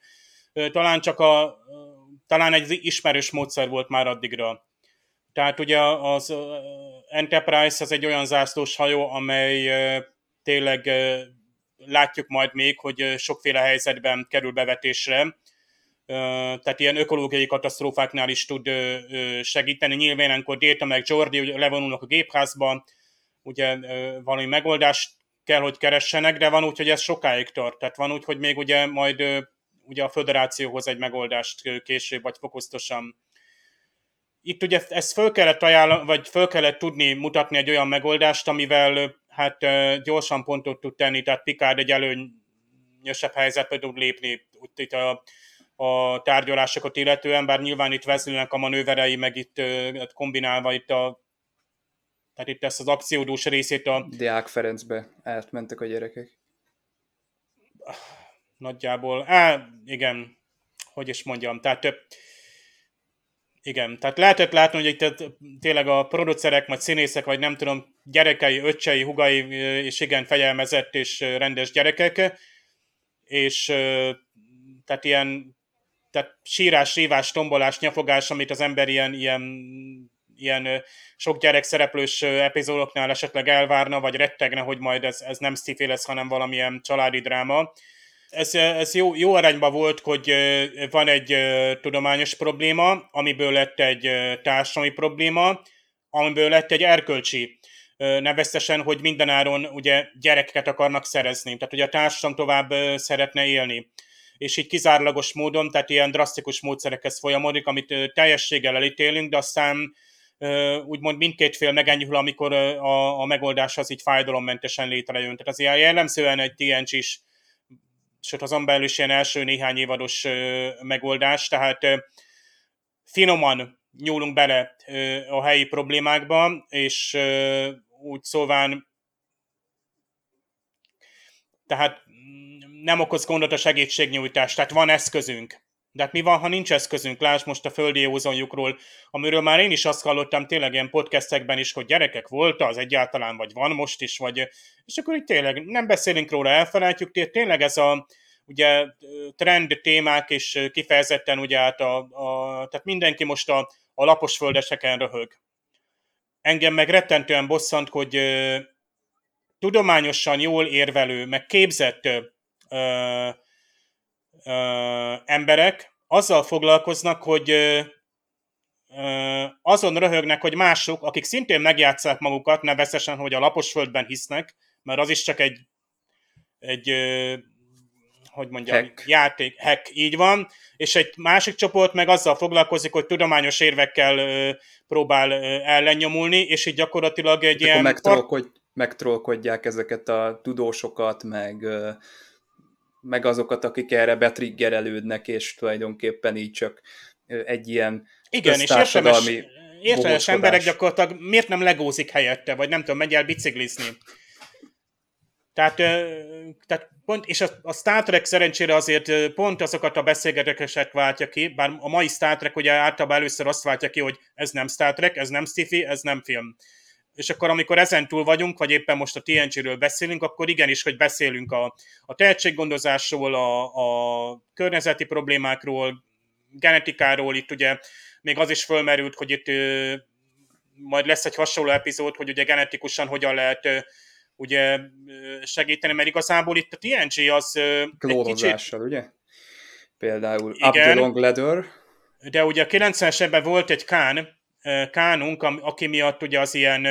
talán egy ismerős módszer volt már addigra. Tehát ugye az Enterprise az egy olyan zászlós hajó, amely tényleg látjuk majd még, hogy sokféle helyzetben kerül bevetésre. Tehát ilyen ökológiai katasztrófáknál is tud segíteni. Nyilván, amikor Data meg Geordi levonulnak a gépházba, ugye valami megoldást kell, hogy keressenek, de van úgy, hogy ez sokáig tart. Tehát van úgy, hogy még ugye majd ugye a föderációhoz egy megoldást később, vagy fokozatosan. Itt ugye ezt föl kellett tudni mutatni egy olyan megoldást, amivel hát gyorsan pontot tud tenni, tehát Picard egy előnyösebb helyzetbe tud lépni itt a tárgyalásokat illetően, bár nyilván itt Wesleynek a manőverei, meg itt kombinálva tehát itt ezt az akciódús részét Deák Ferencbe átmentek a gyerekek. Nagyjából, igen, hogy is mondjam, tehát igen, tehát lehetett látni, hogy itt tényleg a producerek, vagy színészek, vagy nem tudom, gyerekei, öccsei, hugai, és igen, fegyelmezett és rendes gyerekek, és tehát ilyen sírás, rívás, tombolás, nyafogás, amit az ember ilyen sok gyerek szereplős epizódoknál esetleg elvárna, vagy rettegne, hogy majd ez nem sci-fi lesz, hanem valamilyen családi dráma. Ez jó arányban volt, hogy van egy tudományos probléma, amiből lett egy társadalmi probléma, amiből lett egy erkölcsi. Nevezetesen, hogy mindenáron ugye gyerekeket akarnak szerezni. Tehát ugye a társadalom tovább szeretne élni. És így kizárólagos módon, tehát ilyen drasztikus módszerekhez folyamodik, amit teljességgel elítélünk, de aztán úgymond mindkét fél megenyhül, amikor a megoldás az így fájdalommentesen létrejön. Tehát az ilyen jellemzően egy TNG-s, sőt azon belül is ilyen első néhány évados megoldás, tehát finoman nyúlunk bele a helyi problémákba, és úgy szóván tehát nem okoz gondot a segítségnyújtás, tehát van eszközünk. De hát mi van, ha nincs eszközünk? Lásd most a földi ózonjukról, amiről már én is azt hallottam tényleg ilyen podcastekben is, hogy gyerekek volt az egyáltalán, vagy van most is, vagy... És akkor itt tényleg nem beszélünk róla, elfelejtjük, tényleg ez a ugye trend témák, és kifejezetten ugye tehát mindenki most a laposföldeseken röhög. Engem meg rettentően bosszant, hogy tudományosan jól érvelő, meg képzett emberek azzal foglalkoznak, hogy azon röhögnek, hogy mások, akik szintén megjátsszák magukat, nevezetesen, hogy a laposföldben hisznek, mert az is csak egy hogy mondjam, játék, hack, így van, és egy másik csoport meg azzal foglalkozik, hogy tudományos érvekkel próbál ellennyomulni, és így gyakorlatilag egy ilyen... megtrollkodják ezeket a tudósokat, meg azokat, akik erre betriggerelődnek, és tulajdonképpen így csak egy ilyen igen, és értelmes emberek gyakorlatilag miért nem legózik helyette, vagy nem tudom, megy el biciklizni. Tehát pont, és a Star Trek szerencsére azért pont azokat a beszélgetéseket váltja ki, bár a mai Star Trek ugye általában először azt váltja ki, hogy ez nem Star Trek, ez nem sci-fi, ez nem film. És akkor, amikor ezen túl vagyunk, vagy éppen most a TNG-ről beszélünk, akkor igenis, hogy beszélünk a tehetséggondozásról, a környezeti problémákról, genetikáról, itt ugye még az is fölmerült, hogy itt majd lesz egy hasonló epizód, hogy ugye genetikusan hogyan lehet ugye segíteni, mert igazából itt a TNG az klónozással, ugye? Például Igen, Up the Long Ladder. De ugye a 90-es évben volt egy kánunk, aki miatt ugye az ilyen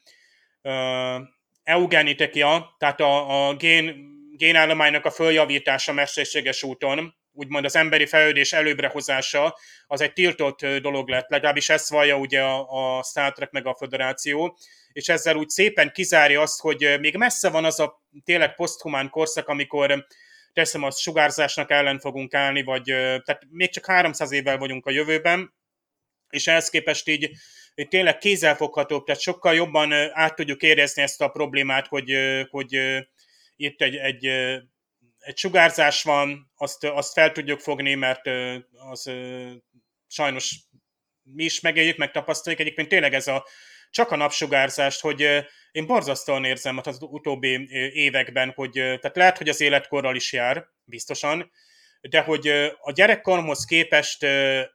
eugenitekia, tehát a génállománynak a följavítása mesterséges úton, úgymond az emberi fejlődés előbbre hozása, az egy tiltott dolog lett, legalábbis ezt vallja ugye a Star Trek meg a Föderáció, és ezzel úgy szépen kizárja azt, hogy még messze van az a tényleg poszthumán korszak, amikor teszem azt sugárzásnak ellen fogunk állni, vagy tehát még csak 300 évvel vagyunk a jövőben, és ehhez képest így tényleg kézzelfoghatóbb, tehát sokkal jobban át tudjuk érezni ezt a problémát, hogy itt egy sugárzás van, azt fel tudjuk fogni, mert az sajnos mi is megéljük, megtapasztaljuk. Egyébként tényleg ez csak a napsugárzást, hogy én borzasztóan érzem az utóbbi években, hogy tehát lehet, hogy az életkorral is jár, biztosan, de hogy a gyerekkoromhoz képest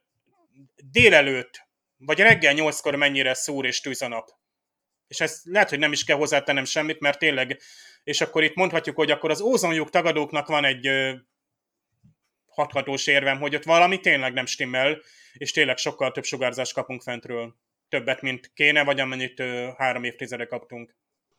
délelőtt, vagy reggel 8-kor mennyire szúr és tűz a nap. És ez lehet, hogy nem is kell hozzátennem semmit, mert tényleg, és akkor itt mondhatjuk, hogy akkor az ózonlyuk tagadóknak van egy hathatós érvem, hogy ott valami tényleg nem stimmel, és tényleg sokkal több sugárzást kapunk fentről. Többet, mint kéne, vagy amennyit 3 évtizede kaptunk.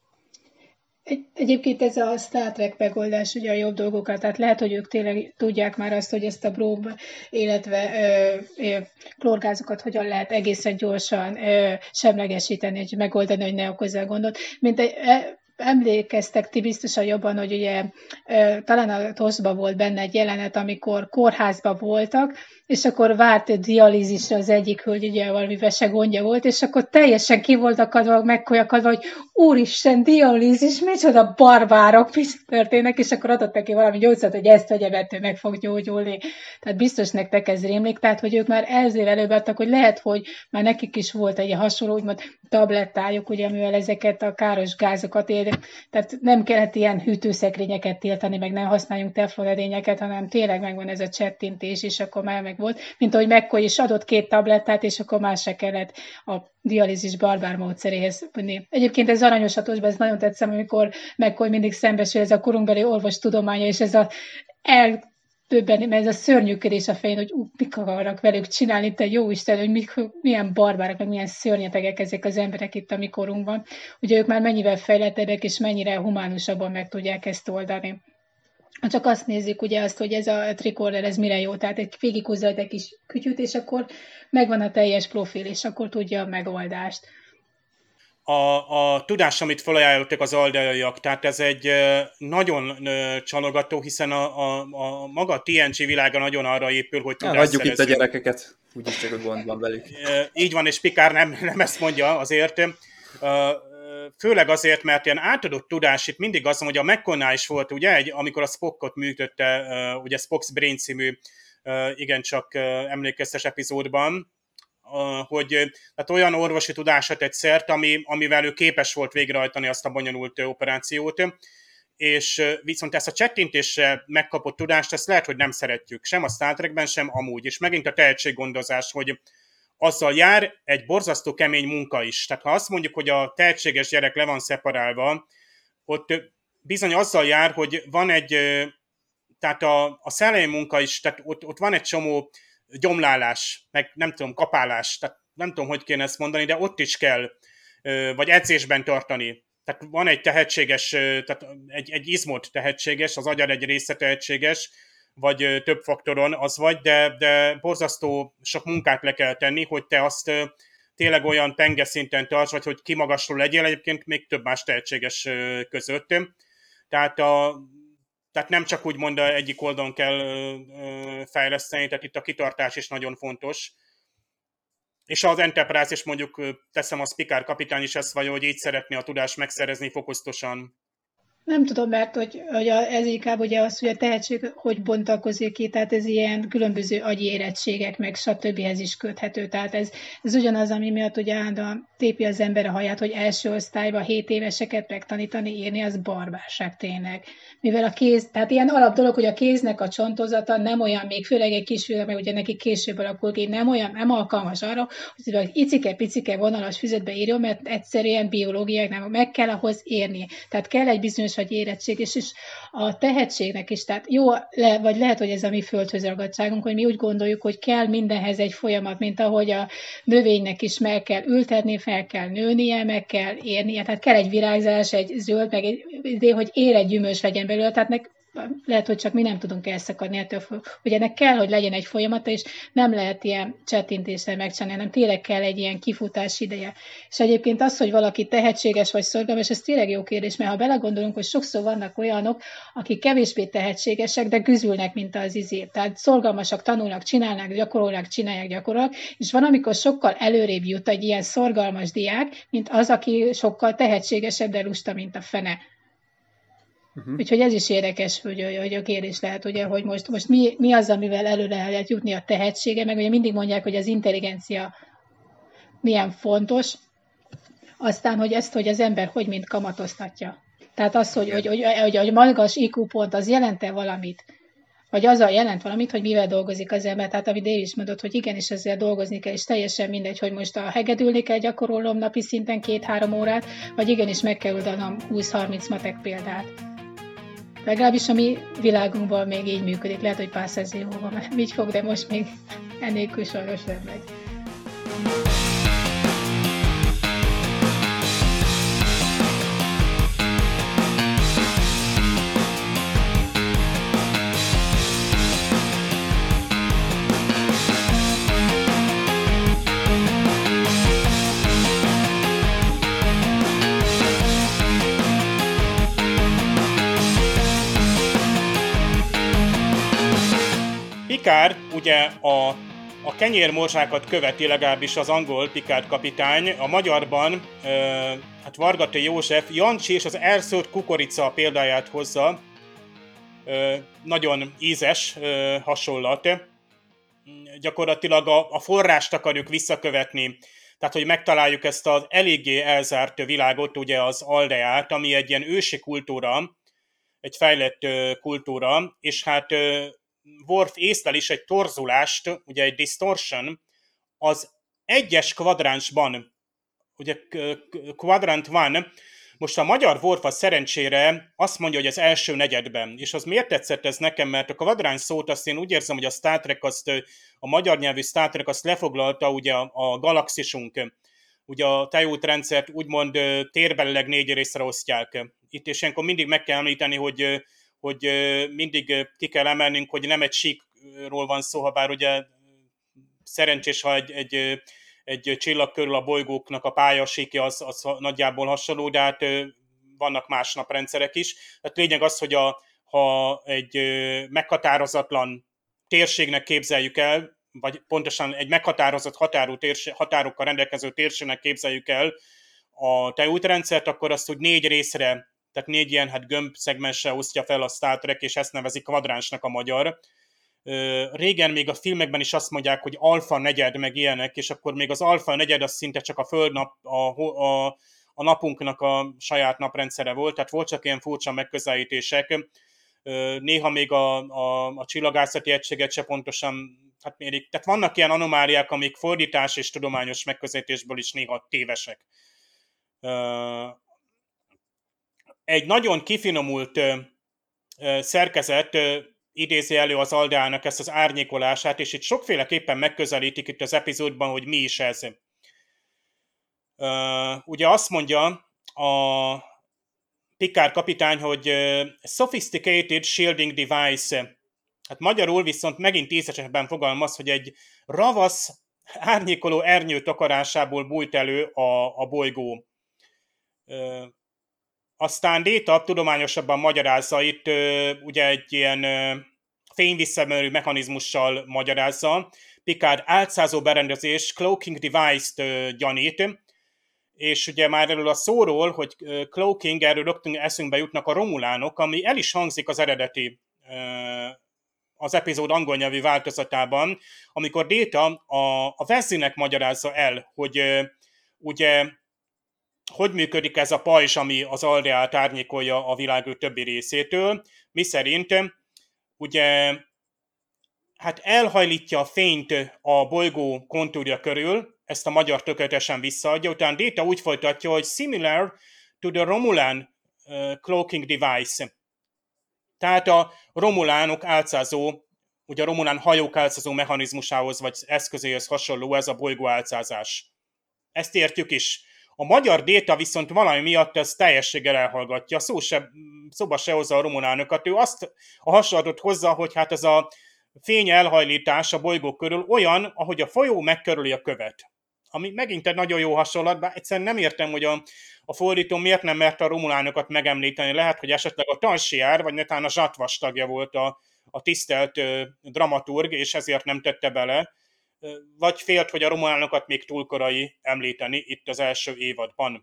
Egyébként ez a Star Trek megoldás ugye a jobb dolgokat, tehát lehet, hogy ők tényleg tudják már azt, hogy ezt a brom, illetve klórgázokat hogyan lehet egészen gyorsan semlegesíteni, hogy megoldani, hogy ne okozza gondot. Mint emlékeztek ti biztosan jobban, hogy ugye talán a TOSZ-ban volt benne egy jelenet, amikor kórházban voltak, és akkor várt dialízisre az egyik hölgy, ugye valami vesegondja volt, és akkor teljesen ki volt akadva, megkolyakadva, hogy úristen, dialízis, micsoda barbárok, mit történnek, és akkor adott neki valami gyógyszert, hogy ezt vegye, mert ő meg fog gyógyulni. Tehát biztos nektek ez rémlik, tehát hogy ők már ezzel előbb adtak, hogy lehet, hogy már nekik is volt egy hasonló, úgymond tablettájuk, ugye, amivel ezeket a káros gázokat érnek. Tehát nem kellett ilyen hűtőszekrényeket tiltani, meg nem használjunk teflonedényeket, hanem tényleg megvan ez a csettintés, és akkor már meg volt, mint ahogy McCoy is adott 2 tablettát, és akkor már se kellett a dialízis barbár módszeréhez venni. Egyébként ez aranyos a TOSZ-ban, ez nagyon tetszem, amikor McCoy mindig szembesül ez a korunkbeli orvostudománya, és ez a többen, mert ez a szörnyűködés a fején, hogy mik akarnak velük csinálni, te jó Isten, hogy milyen barbárok, meg milyen szörnyetegek ezek az emberek itt a mi korunkban. Ugye ők már mennyivel fejlettebbek, és mennyire humánusabban meg tudják ezt oldani. Csak azt nézzük, ugye azt, hogy ez a tricorder, ez mire jó, tehát egy végighúzza egy kis kütyűt, és akkor megvan a teljes profil, és akkor tudja a megoldást. A tudás, amit felajánlottak az aldaiak, tehát ez egy nagyon csalogató, hiszen a maga TNG világa nagyon arra épül, hogy tudást hagyjuk itt a gyerekeket, úgyis csak a gond van velük. Így van, és Picard nem ezt mondja azért, főleg azért, mert ilyen átadott tudás, itt mindig azt mondom, hogy a McConnál is volt, ugye, amikor a Spockot működte, ugye Spock's Brain című igencsak emlékeztes epizódban, hogy tehát olyan orvosi tudásra tett szert, amivel ő képes volt végrehajtani azt a bonyolult operációt, és viszont ezt a csettintésre megkapott tudást, ezt lehet, hogy nem szeretjük, sem a Star Trekben, sem amúgy, és megint a tehetséggondozás, hogy azzal jár egy borzasztó kemény munka is. Tehát ha azt mondjuk, hogy a tehetséges gyerek le van szeparálva, ott bizony azzal jár, hogy van egy, tehát a szellemi munka is, tehát ott van egy csomó gyomlálás, meg nem tudom, kapálás, tehát nem tudom, hogy kéne ezt mondani, de ott is kell, vagy edzésben tartani. Tehát van egy tehetséges, tehát egy izmod tehetséges, az agyad egy része tehetséges, vagy több faktoron az vagy, de borzasztó sok munkát le kell tenni, hogy te azt tényleg olyan penge szinten tarts, vagy hogy kimagasló legyél, egyébként még több más tehetséges között. Tehát nem csak úgymond egyik oldalon kell fejleszteni, tehát itt a kitartás is nagyon fontos. És az Enterprise is mondjuk, teszem, az Picard kapitány is ezt vagy, hogy így szeretné a tudást megszerezni fokozatosan. Nem tudom, mert ez inkább ugye az, hogy a tehetség hogy bontakozik ki, tehát ez ilyen különböző agyi érettségek, meg stb. Ez is köthető. Tehát ez ugyanaz, ami miatt ugye állandóan tépi az ember a haját, hogy első osztályban 7 éveseket megtanítani írni, az barbárság tényleg. Mivel a kéz, tehát ilyen alap dolog, hogy a kéznek a csontozata nem olyan, még főleg egy kisfiúnak, meg ugye neki később alakul ki, nem alkalmas arra, hogy icike-picike vonalas füzetbe írjon, mert egyszerűen biológiai nem, meg kell ahhoz érni. Tehát kell egy bizonyos vagy érettség, és a tehetségnek is, tehát jó, vagy lehet, hogy ez a mi földhöz ragadtságunk, hogy mi úgy gondoljuk, hogy kell mindenhez egy folyamat, mint ahogy a növénynek is meg kell ültetni, fel kell nőnie, meg kell érnie, tehát kell egy virágzás, egy zöld, meg hogy ér egy gyümölcs legyen belőle, tehát lehet, hogy csak mi nem tudunk elszakadni ettől, hogy ennek kell, hogy legyen egy folyamata, és nem lehet ilyen csettintéssel megcsinálni, hanem tényleg kell egy ilyen kifutás ideje. És egyébként az, hogy valaki tehetséges vagy szorgalmas, ez tényleg jó kérdés, mert ha belegondolunk, hogy sokszor vannak olyanok, akik kevésbé tehetségesek, de güzülnek, mint az tehát szorgalmasak, tanulnak, csinálnak, gyakorolnak, csinálják, gyakorolnak, és van, amikor sokkal előrébb jut egy ilyen szorgalmas diák, mint az, aki sokkal tehetségesebb, de lusta, mint a fene. Úgyhogy ez is érdekes, hogy a kérdés lehet, ugye, hogy most mi az, amivel előre lehet jutni a tehetsége, meg ugye mindig mondják, hogy az intelligencia milyen fontos, aztán, hogy ezt, hogy az ember hogy mind kamatoztatja. Tehát az, hogy magas IQ pont, az jelent-e valamit? Vagy azzal jelent valamit, hogy mivel dolgozik az ember. Tehát amit Dave is mondott, hogy igenis ezzel dolgozni kell, és teljesen mindegy, hogy most a hegedülni kell gyakorolnom napi szinten 2-3 órát, vagy igenis meg kell oldanom 20-30 matek példát. Legalábbis a mi világunkban még így működik. Lehet, hogy pár száz év múlva már így fog, de most még ennélkül sajnos nem megy. Picard ugye a kenyérmorzsákat követi, legalábbis az angol Picard kapitány. A magyarban hát Vargathy József Jancsi és az elszórt kukorica példáját hozza. Nagyon ízes hasonlat. Gyakorlatilag a forrást akarjuk visszakövetni. Tehát, hogy megtaláljuk ezt az eléggé elzárt világot, ugye az Aldeát, ami egy ilyen ősi kultúra, egy fejlett kultúra, és hát Worf észlel is egy torzulást, ugye egy distortion, az egyes kvadránsban, ugye quadrant van, most a magyar Worf a szerencsére azt mondja, hogy az első negyedben, és az miért tetszett ez nekem, mert a kvadráns szót azt én úgy érzem, hogy a Star Trek a magyar nyelvű Star Trek azt lefoglalta, ugye a galaxisunk, ugye a tejótrendszert úgymond térbelileg 4 részre osztják. Itt és ilyenkor mindig meg kell említeni, hogy mindig ki kell emelnünk, hogy nem egy síkról van szó, ha bár ugye szerencsés, ha egy csillag körül a bolygóknak a pályasíkja az nagyjából hasonló, de hát vannak más naprendszerek is. Tehát lényeg az, hogy ha egy meghatározatlan térségnek képzeljük el, vagy pontosan egy meghatározott határokkal rendelkező térségnek képzeljük el a tejótrendszert, akkor azt úgy 4 részre, tehát 4 ilyen hát gömbszegmensre osztja fel a Star Trek, és ezt nevezi kvadránsnak a magyar. Régen még a filmekben is azt mondják, hogy alfa negyed, meg ilyenek, és akkor még az alfa negyed az szinte csak a földnap, a napunknak a saját naprendszere volt, tehát volt csak ilyen furcsa megközelítések. Néha még a csillagászati egységet se pontosan hát mérik. Tehát vannak ilyen anomáliák, amik fordítás és tudományos megközelítésből is néha tévesek. Egy nagyon kifinomult szerkezet idézi elő az Aldeának ezt az árnyékolását, és itt sokféleképpen megközelítik itt az epizódban, hogy mi is ez. Ugye azt mondja a Picard kapitány, hogy sophisticated shielding device. Hát magyarul viszont megint ízesebben fogalmaz, hogy egy ravasz árnyékoló ernyő takarásából bújt elő a bolygó. Aztán Data tudományosabban magyarázza, itt ugye egy ilyen fényvisszamerő mechanizmussal magyarázza. Picard álcázó berendezés, cloaking device-t gyanít, és ugye már erről a szóról, hogy cloaking, erről rögtön eszünkbe jutnak a romulánok, ami el is hangzik az eredeti, az epizód angol nyelvű változatában, amikor Data a Wesleynek magyarázza el, hogy ugye hogy működik ez a pajzs, ami az aldeát árnyékolja a világ többi részétől, miszerint ugye hát elhajlítja a fényt a bolygó kontúrja körül, ezt a magyar tökéletesen visszaadja, utána Data úgy folytatja, hogy similar to the Romulan cloaking device. Tehát a romulánok álcázó, ugye a romulán hajók álcázó mechanizmusához vagy eszközéhez hasonló ez a bolygó álcázás. Ezt értjük is. A magyar Data viszont valami miatt ezt teljességgel elhallgatja, szóba se hozza a romulánokat. Ő azt a hasonlatot hozza, hogy hát ez a fény elhajlítás a bolygó körül olyan, ahogy a folyó megkörüli a követ. Ami megint egy nagyon jó hasonlat, bár egyszerűen nem értem, hogy a fordító miért nem merte a romulánokat megemlíteni. Lehet, hogy esetleg a Talsiár, vagy netán a Zsatvas tagja volt a tisztelt dramaturg, és ezért nem tette bele, vagy félt, hogy a romulánokat még túl korai említeni itt az első évadban.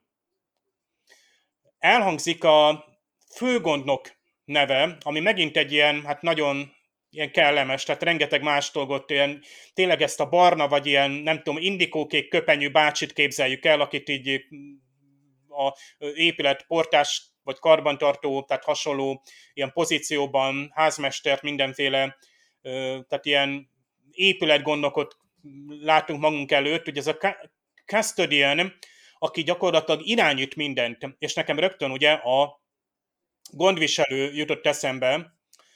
Elhangzik a főgondnok neve, ami megint egy ilyen, hát nagyon ilyen kellemes, tehát rengeteg más dolgot, ilyen, tényleg ezt a barna, vagy ilyen, nem tudom, indikókék köpenyű bácsit képzeljük el, akit így a épület portás, vagy karbantartó, tehát hasonló ilyen pozícióban, házmester, mindenféle, tehát ilyen épületgondnokot látunk magunk előtt, ugye ez a custodian, aki gyakorlatilag irányít mindent, és nekem rögtön ugye a gondviselő jutott eszembe,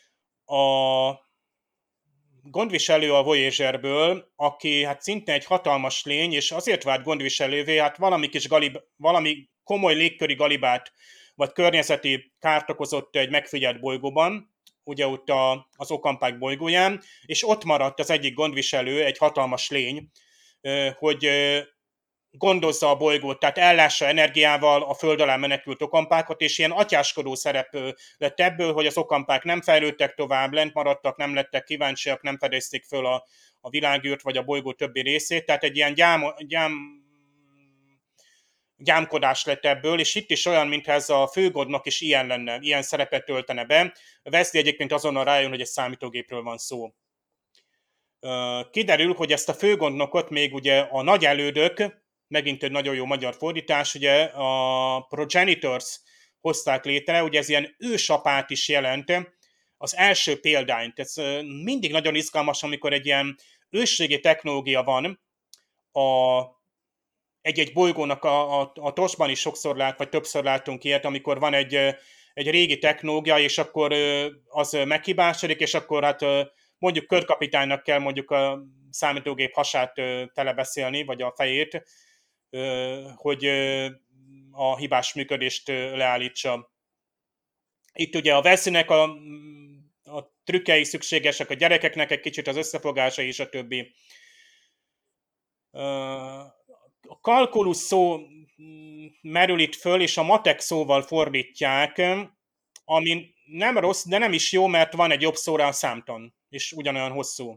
a gondviselő a Voyagerből, aki hát szintén egy hatalmas lény, és azért vált gondviselővé, hát valami komoly légköri galibát, vagy környezeti kárt okozott egy megfigyelt bolygóban, ugye ott az Okampák bolygóján, és ott maradt az egyik gondviselő, egy hatalmas lény, hogy gondozza a bolygót, tehát ellássa energiával a föld alá menekült okampákat, és ilyen atyáskodó szerep lett ebből, hogy az okampák nem fejlődtek tovább, lent maradtak, nem lettek kíváncsiak, nem fedezték föl a világűrt, vagy a bolygó többi részét, tehát egy ilyen gyámkodás lett ebből, és itt is olyan, mintha ez a főgondnok is ilyen lenne, ilyen szerepet töltene be. Wesley egyébként azonnal rájön, hogy egy számítógépről van szó. Kiderül, hogy ezt a főgondnokot még ugye a nagy elődök, megint egy nagyon jó magyar fordítás, ugye a progenitors hozták létre, ugye ez ilyen ősapát is jelent, az első példányt. Ez mindig nagyon izgalmas, amikor egy ilyen ősségi technológia van, egy bolygónak a TOS-ban is sokszor vagy többször látunk ilyet, amikor van egy régi technológia, és akkor az meghibásodik, és akkor hát mondjuk körkapitánynak kell mondjuk a számítógép hasát telebeszélni, vagy a fejét, hogy a hibás működést leállítsa. Itt ugye a Wesleynek a trükkei szükségesek, a gyerekeknek egy kicsit az összefogása és a többi. A kalkulus szó merül itt föl, és a matek szóval fordítják, ami nem rossz, de nem is jó, mert van egy jobb szóra a számtan, és ugyanolyan hosszú.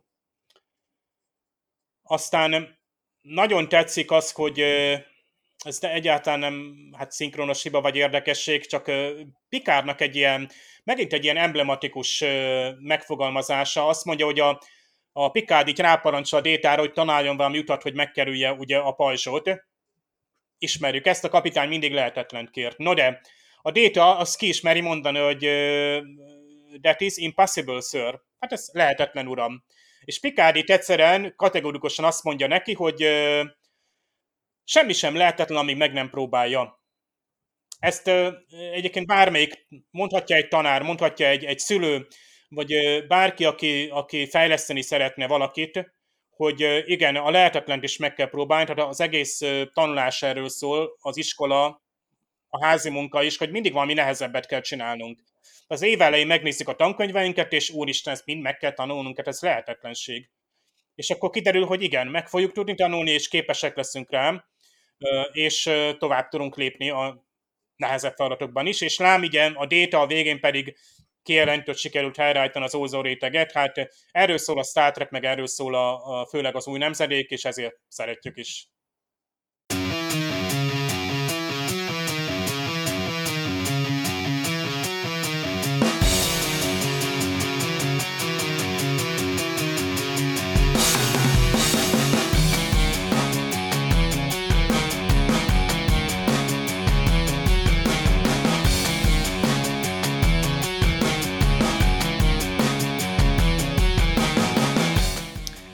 Aztán nagyon tetszik az, hogy ez egyáltalán nem hát szinkronos hiba vagy érdekesség, csak Picardnak megint egy ilyen emblematikus megfogalmazása. Azt mondja, hogy a Picard így ráparancsol a Détára, hogy tanáljon valami utat, hogy megkerülje ugye a pajzsot. Ismerjük ezt, a kapitány mindig lehetetlent kért. No de, a Data az ki ismeri mondani, hogy that is impossible, sir. Hát ez lehetetlen, uram. És Picard itt egyszerűen kategorikusan azt mondja neki, hogy semmi sem lehetetlen, amíg meg nem próbálja. Ezt egyébként bármelyik, mondhatja egy tanár, mondhatja egy szülő, vagy bárki, aki fejleszteni szeretne valakit, hogy igen, a lehetetlent is meg kell próbálni, tehát az egész tanulás erről szól, az iskola, a házi munka is, hogy mindig valami nehezebbet kell csinálnunk. Az év elején megnézzük a tankönyveinket, és úristen, ezt mind meg kell tanulnunk, hát ez lehetetlenség. És akkor kiderül, hogy igen, meg fogjuk tudni tanulni, és képesek leszünk rá, és tovább tudunk lépni a nehezebb feladatokban is, és lám igen, a Data a végén pedig kijelent, hogy sikerült helyreállítani az ózonréteget, hát erről szól a Star Trek, meg erről szól főleg az új nemzedék, és ezért szeretjük is.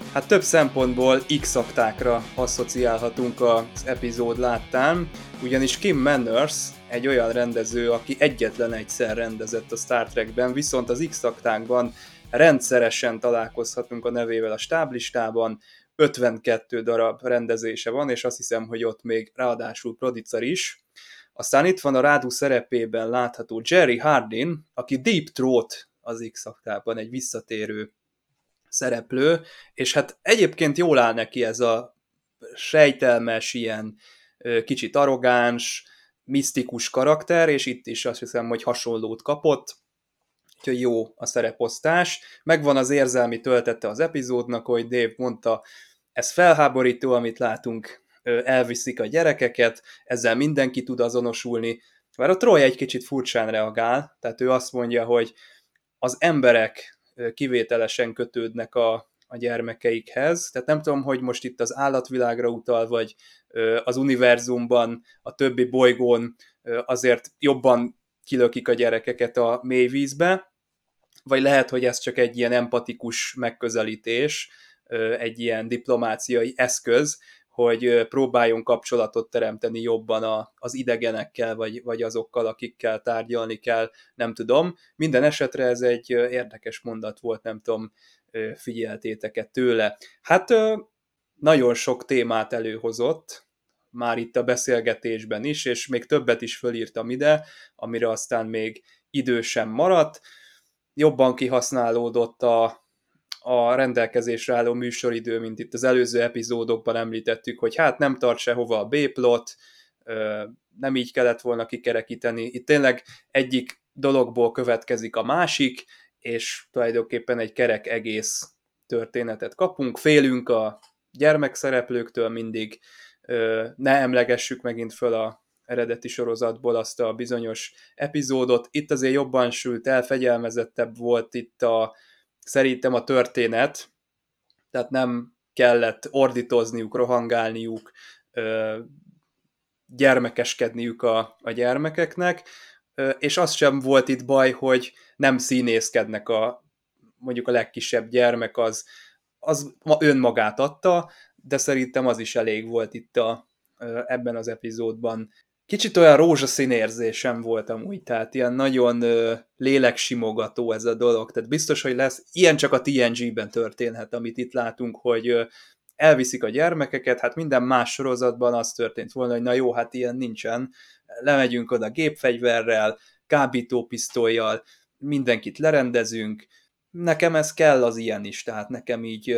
Hát több szempontból X-aktákra asszociálhatunk az epizód láttán, ugyanis Kim Manners egy olyan rendező, aki egyetlen egyszer rendezett a Star Trekben, viszont az X-aktákban rendszeresen találkozhatunk a nevével a stáblistában, 52 darab rendezése van, és azt hiszem, hogy ott még ráadásul producer is. Aztán itt van a Radu szerepében látható Jerry Hardin, aki Deep Throat az X-aktában egy visszatérő szereplő, és hát egyébként jól áll neki ez a sejtelmes, ilyen kicsit arrogáns, misztikus karakter, és itt is azt hiszem, hogy hasonlót kapott, úgyhogy jó a szereposztás. Megvan az érzelmi töltete az epizódnak, hogy Dave mondta, ez felháborító, amit látunk, elviszik a gyerekeket, ezzel mindenki tud azonosulni. Bár a Troy egy kicsit furcsán reagál, tehát ő azt mondja, hogy az emberek kivételesen kötődnek a gyermekeikhez. Tehát nem tudom, hogy most itt az állatvilágra utal, vagy az univerzumban, a többi bolygón azért jobban kilökik a gyerekeket a mélyvízbe, vagy lehet, hogy ez csak egy ilyen empatikus megközelítés, egy ilyen diplomáciai eszköz, hogy próbáljon kapcsolatot teremteni jobban az idegenekkel, vagy azokkal, akikkel tárgyalni kell, nem tudom. Minden esetre ez egy érdekes mondat volt, nem tudom, figyeltétek-e tőle. Hát nagyon sok témát előhozott, már itt a beszélgetésben is, és még többet is fölírtam ide, amire aztán még idő sem maradt. Jobban kihasználódott a rendelkezésre álló műsoridő, mint itt az előző epizódokban említettük, hogy hát nem tart sehova a B-plot, nem így kellett volna kikerekíteni. Itt tényleg egyik dologból következik a másik, és tulajdonképpen egy kerek egész történetet kapunk. Félünk a gyermekszereplőktől mindig, ne emlegessük megint föl a eredeti sorozatból azt a bizonyos epizódot. Itt azért jobban sült el, fegyelmezettebb volt itt szerintem a történet, tehát nem kellett ordítozniuk, rohangálniuk, gyermekeskedniük a gyermekeknek, és az sem volt itt baj, hogy nem színészkednek mondjuk a legkisebb gyermek, az önmagát adta, de szerintem az is elég volt itt ebben az epizódban. Kicsit olyan rózsaszín érzésem volt amúgy, tehát ilyen nagyon léleksimogató ez a dolog, tehát biztos, hogy lesz, ilyen csak a TNG-ben történhet, amit itt látunk, hogy elviszik a gyermekeket, hát minden más sorozatban az történt volna, hogy na jó, hát ilyen nincsen, lemegyünk oda gépfegyverrel, kábítópisztollyal, mindenkit lerendezünk, nekem ez kell az ilyen is, tehát nekem így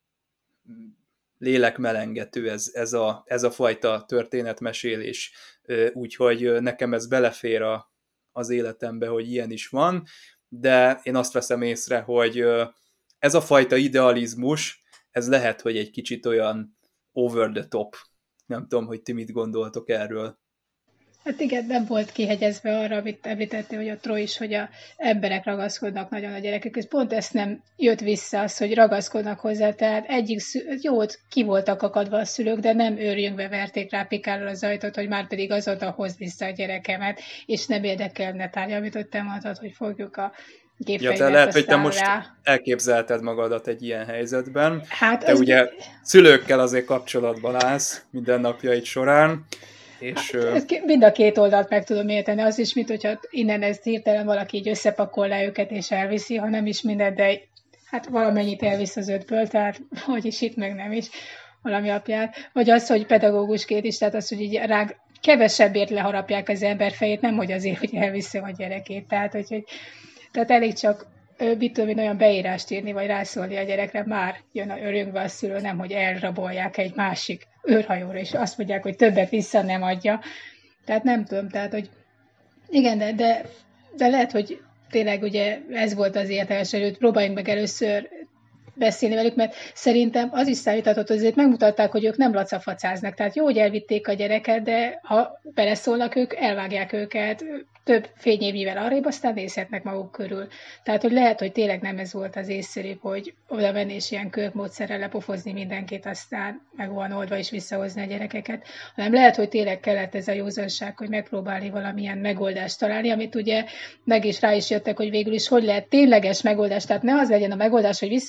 lélekmelengető ez a fajta történetmesélés, úgyhogy nekem ez belefér az életembe, hogy ilyen is van, de én azt veszem észre, hogy ez a fajta idealizmus, ez lehet, hogy egy kicsit olyan over the top. Nem tudom, hogy ti mit gondoltok erről. Hát igen, nem volt kihegyezve arra, amit említettél, hogy a Troy is, hogy a emberek ragaszkodnak nagyon a gyerekekhez. Pont ezt nem jött vissza az, hogy ragaszkodnak hozzá, tehát jó, ki voltak akadva a szülők, de nem őrjöngve verték rá Picardra az ajtót, hogy már pedig azóta hozd vissza a gyerekemet, és nem érdekelne tárgya, amit ott te mondtad, hogy fogjuk a gépfegyvert, ja, lehet, hogy te rá. most elképzelted magadat egy ilyen helyzetben. Hát te ugye szülőkkel azért kapcsolatban állsz mindennapjaid során, és, mind a két oldalt meg tudom érteni, az is, mint hogyha innen ezt hirtelen valaki így összepakolná őket és elviszi, ha nem is minden, de hát valamennyit elvisz az 5-ből, tehát hogy is itt meg nem is valami apját. Vagy az, hogy pedagógusként is, tehát az, hogy így ránk kevesebbért leharapják az ember fejét, nem hogy azért, hogy elviszem a gyerekét. Tehát elég csak olyan beírást írni, vagy rászólni a gyerekre, már jön a öröngve a szülő, nem, hogy elrabolják egy másik őrhajóra, és azt mondják, hogy többet vissza nem adja. Tehát nem tudom, tehát, hogy igen, de lehet, hogy tényleg ugye ez volt az értelmes, hogy próbáljunk meg először beszélni velük, mert szerintem az is számíthatott, hogy azért megmutatták, hogy ők nem lacafacáznak. Tehát jó, hogy elvitték a gyereket, de ha beleszólnak ők, elvágják őket több fényévnyivel arrébb, aztán nézhetnek maguk körül. Tehát, hogy lehet, hogy tényleg nem ez volt az észszerű, hogy oda menni és ilyen körmódszerrel lepofozni mindenkit, aztán meg van oldva és visszahozni a gyerekeket, hanem lehet, hogy tényleg kellett ez a józanság, hogy megpróbálni valamilyen megoldást találni, amit ugye meg is rá is jöttek, hogy végül is hogy lehet tényleges megoldás, tehát ne az legyen a megoldás, hogy visszahozom a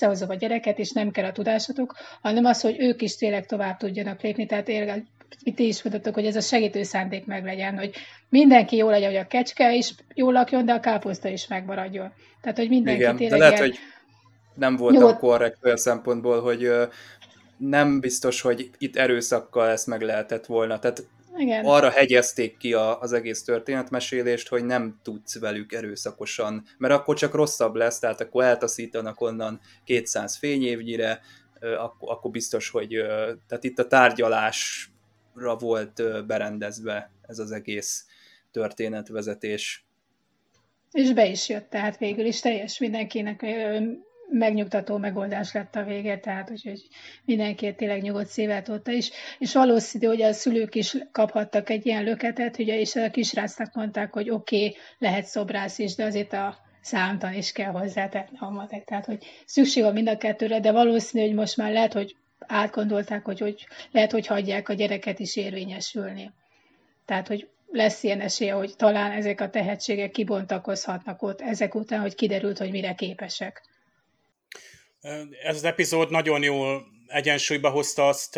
gyereket, és nem kell a tudásatok, hanem az, hogy ők is tényleg tovább tudjanak lépni, tehát ti is mondhatok, hogy ez a segítő szándék meglegyen, hogy mindenki jól legyen, hogy a kecske is jól lakjon, de a káposzta is megmaradjon. Tehát, hogy mindenki Igen, tényleg de lehet, ilyen... hogy nem voltam korrekt olyan szempontból, hogy nem biztos, hogy itt erőszakkal ezt meg lehetett volna. Tehát Igen. arra hegyezték ki az egész történetmesélést, hogy nem tudsz velük erőszakosan, mert akkor csak rosszabb lesz, tehát akkor eltaszítanak onnan 200 fényévnyire, akkor biztos, hogy tehát itt a tárgyalásra volt berendezve ez az egész történetvezetés. És be is jött, tehát végül is teljes mindenkinek megnyugtató megoldás lett a vége, tehát úgyhogy mindenki tényleg nyugodt szívvel tudta is. És valószínű, hogy a szülők is kaphattak egy ilyen löketet, ugye, és a kisrácnak mondták, hogy oké, lehet szobrász is, de azért a számtan is kell hozzátenni a matek. Tehát, hogy szükség van mind a kettőre, de valószínű, hogy most már lehet, hogy átgondolták, hogy lehet, hogy hagyják a gyereket is érvényesülni. Tehát, hogy lesz ilyen esélye, hogy talán ezek a tehetségek kibontakozhatnak ott ezek után, hogy kiderült, hogy mire képesek. Ez az epizód nagyon jól egyensúlyba hozta azt,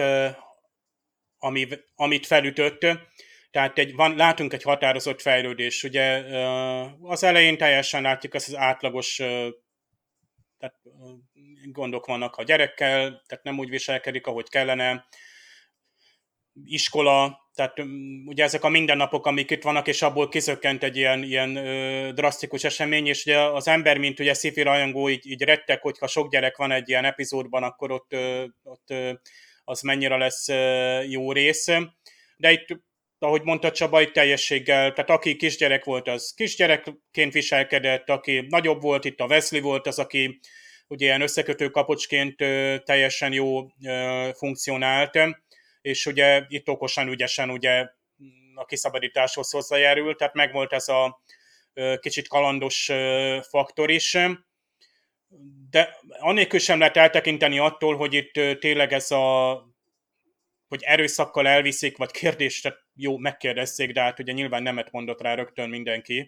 amit felütött. Tehát látunk egy határozott fejlődés. Ugye az elején teljesen látjuk ezt az átlagos, tehát gondok vannak a gyerekkel, tehát nem úgy viselkedik, ahogy kellene. Iskola, tehát ugye ezek a mindennapok, amik itt vannak, és abból kizökkent egy ilyen drasztikus esemény, és ugye az ember, mint ugye sci-fi rajongó, így rettek, hogyha sok gyerek van egy ilyen epizódban, akkor ott az mennyire lesz jó rész. De itt, ahogy mondta Csaba, itt teljességgel, tehát aki kisgyerek volt, az kisgyerekként viselkedett, aki nagyobb volt, itt a Wesley volt az, aki ugye ilyen összekötő kapocsként teljesen jó funkcionált, és ugye itt okosan, ügyesen ugye a kiszabadításhoz hozzájárult, tehát megvolt ez a kicsit kalandos faktor is. De annélkül sem lehet eltekinteni attól, hogy itt tényleg ez hogy erőszakkal elviszik, vagy kérdést, tehát jó, megkérdezzék, de hát ugye nyilván nemet mondott rá rögtön mindenki,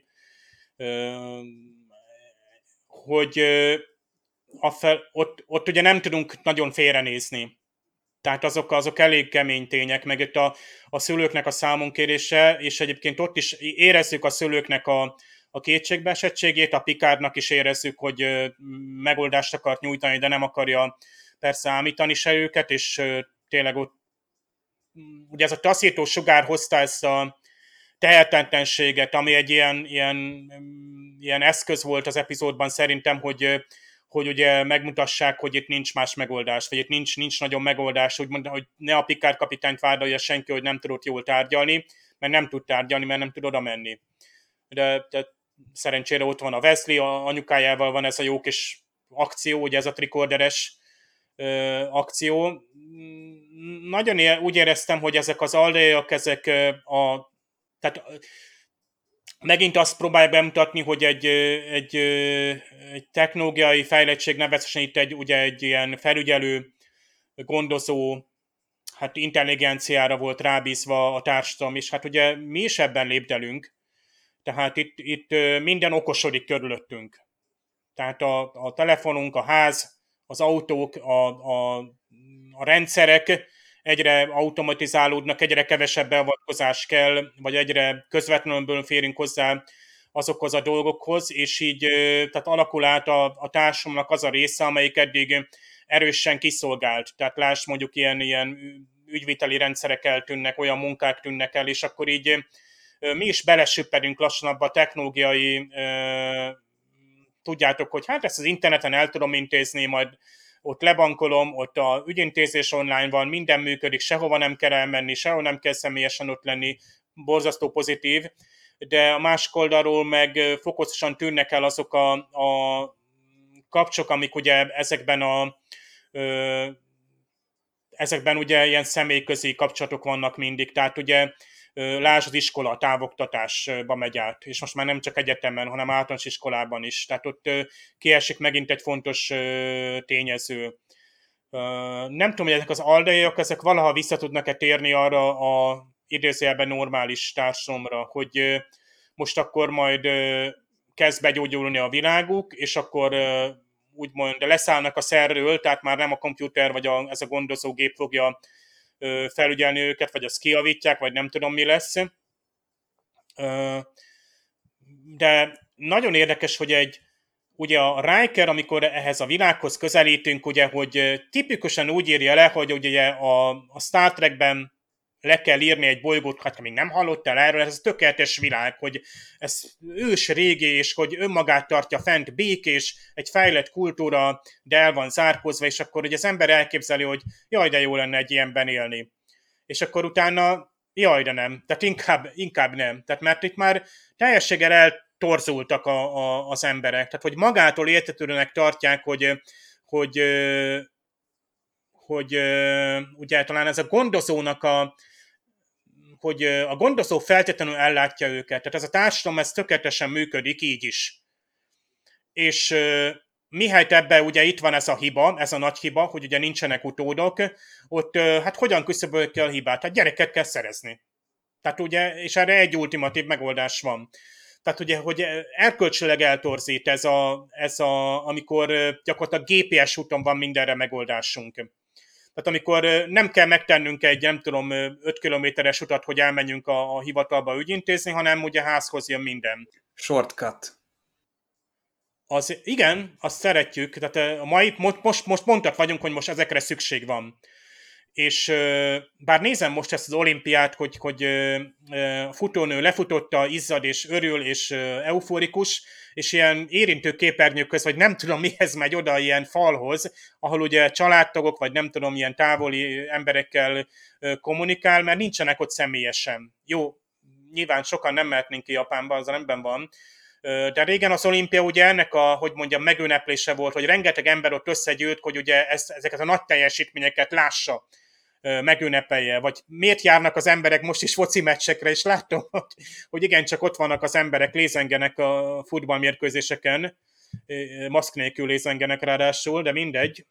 hogy ott ugye nem tudunk nagyon félrenézni. Tehát azok elég kemény tények, meg itt a szülőknek a számonkérése, és egyébként ott is érezzük a szülőknek a kétségbeesettségét, a Picardnak is érezzük, hogy megoldást akart nyújtani, de nem akarja persze ámítani se őket, és tényleg ott ugye ez a taszító sugár hozta ezt a tehetetlenséget, ami egy ilyen eszköz volt az epizódban szerintem, hogy ugye megmutassák, hogy itt nincs más megoldás, vagy itt nincs nagyon megoldás, úgymond, hogy ne a Picard kapitányt vádolja senki, hogy nem tudott jól tárgyalni, mert nem tud tárgyalni, mert nem tud oda menni. De szerencsére ott van a Wesley, a anyukájával van ez a jó kis akció, ugye ez a tricorderes akció. Nagyon úgy éreztem, hogy ezek az aldejak, tehát megint azt próbálja bemutatni, hogy egy technológiai fejlettség, nevezetesen itt egy ilyen felügyelő, gondozó, hát intelligenciára volt rábízva a társadalom, és hát ugye mi is ebben lépdelünk, tehát itt minden okosodik körülöttünk. Tehát a telefonunk, a ház, az autók, a rendszerek egyre automatizálódnak, egyre kevesebb beavatkozás kell, vagy egyre közvetlenül férünk hozzá azokhoz a dolgokhoz, és így tehát alakul át a társadalomnak az a része, amelyik eddig erősen kiszolgált. Tehát láss mondjuk ilyen ügyviteli rendszerek eltűnnek, olyan munkák tűnnek el, és akkor így mi is belesüppedünk lassan abba a technológiai, tudjátok, hogy hát ezt az interneten el tudom intézni, majd ott lebankolom, ott a ügyintézés online van, minden működik, sehova nem kell elmenni, sehova nem kell személyesen ott lenni, borzasztó pozitív, de a másik oldalról meg fokozatosan tűnnek el azok a kapcsok, amik ugye ezekben ugye ilyen személyközi kapcsolatok vannak mindig, tehát ugye lásd az iskola, a távoktatásba megy át, és most már nem csak egyetemen, hanem általános iskolában is. Tehát ott kiesik megint egy fontos tényező. Nem tudom, hogy ezek az aldejak, ezek valaha vissza tudnak-e térni arra a idézőjelben normális társadalomra, hogy most akkor majd kezd begyógyulni a világuk, és akkor úgymond leszállnak a szerről, tehát már nem a komputer vagy ez a gondozógép fogja felügyelni őket, vagy azt kijavítják, vagy nem tudom mi lesz. De nagyon érdekes, hogy ugye a Riker, amikor ehhez a világhoz közelítünk, ugye, hogy tipikusan úgy írja le, hogy ugye a Star Trekben le kell írni egy bolygót, hát még nem hallottál erről, ez tökéletes világ, hogy ez ős régi, és hogy önmagát tartja fent, békés, egy fejlett kultúra, de el van zárkózva, és akkor ugye az ember elképzeli, hogy jaj, de jó lenne egy ilyenben élni. És akkor utána, jaj, de nem, tehát inkább nem. Tehát mert itt már teljességgel eltorzultak az emberek, tehát hogy magától értetődőnek tartják, hogy ugye talán ez a gondozónak hogy a gondozó feltétlenül ellátja őket. Tehát ez a társadalom, ez tökéletesen működik így is. És mihelyt ebben ugye itt van ez a hiba, ez a nagy hiba, hogy ugye nincsenek utódok, ott hát hogyan küszöböljük ki a hibát? Hát gyereket kell szerezni. Tehát ugye, és erre egy ultimatív megoldás van. Tehát ugye, hogy erkölcsileg eltorzít ez amikor gyakorlatilag GPS úton van mindenre megoldásunk. Tehát amikor nem kell megtennünk egy, nem tudom, 5 kilométeres utat, hogy elmenjünk a hivatalba ügyintézni, hanem ugye házhoz jön minden. Shortcut. Igen, azt szeretjük. Tehát most mondtak vagyunk, hogy most ezekre szükség van. És bár nézem most ezt az olimpiát, hogy a futónő lefutotta, izzad és örül és euforikus, és ilyen érintő képernyőköz, vagy nem tudom mihez megy oda ilyen falhoz, ahol ugye családtagok, vagy nem tudom, ilyen távoli emberekkel kommunikál, mert nincsenek ott személyesen. Jó, nyilván sokan nem mehetnénk ki Japánba, az rendben van, de régen az olimpia ugye ennek hogy mondjam, megünneplése volt, hogy rengeteg ember ott összegyűlt, hogy ugye ezeket a nagy teljesítményeket lássa, megünnepelje, vagy miért járnak az emberek most is foci meccsekre, és látom, hogy igencsak ott vannak az emberek, lézengenek a futballmérkőzéseken, maszk nélkül lézengenek ráadásul, de mindegy,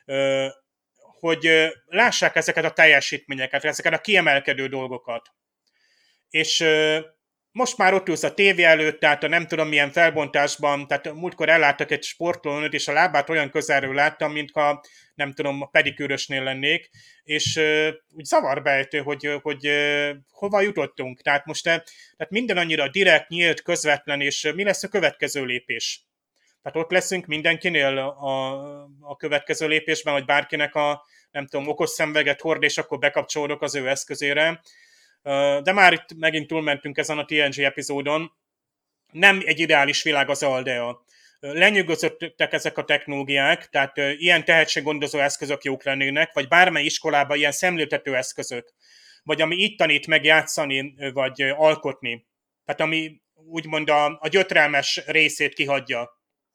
hogy lássák ezeket a teljesítményeket, ezeket a kiemelkedő dolgokat. És most már ott ülsz a tévé előtt, tehát a nem tudom milyen felbontásban, tehát múltkor elláttak egy sportolónőt, és a lábát olyan közelről láttam, mintha nem tudom, a pedikűrösnél lennék, és úgy zavarbejtő, hogy hova jutottunk. Tehát most tehát minden annyira direkt, nyílt, közvetlen, és mi lesz a következő lépés? Tehát ott leszünk mindenkinél a következő lépésben, vagy bárkinek nem tudom, okos szemüveget hord, és akkor bekapcsolódok az ő eszközére. De már itt megint túlmentünk ezen a TNG epizódon. Nem egy ideális világ az Aldea. Lenyűgözöttek ezek a technológiák, tehát ilyen tehetséggondozó eszközök jók lennének, vagy bármely iskolában ilyen szemléltető eszközök, vagy ami itt tanít meg játszani, vagy alkotni. Tehát ami úgymond a gyötrelmes részét kihagyja.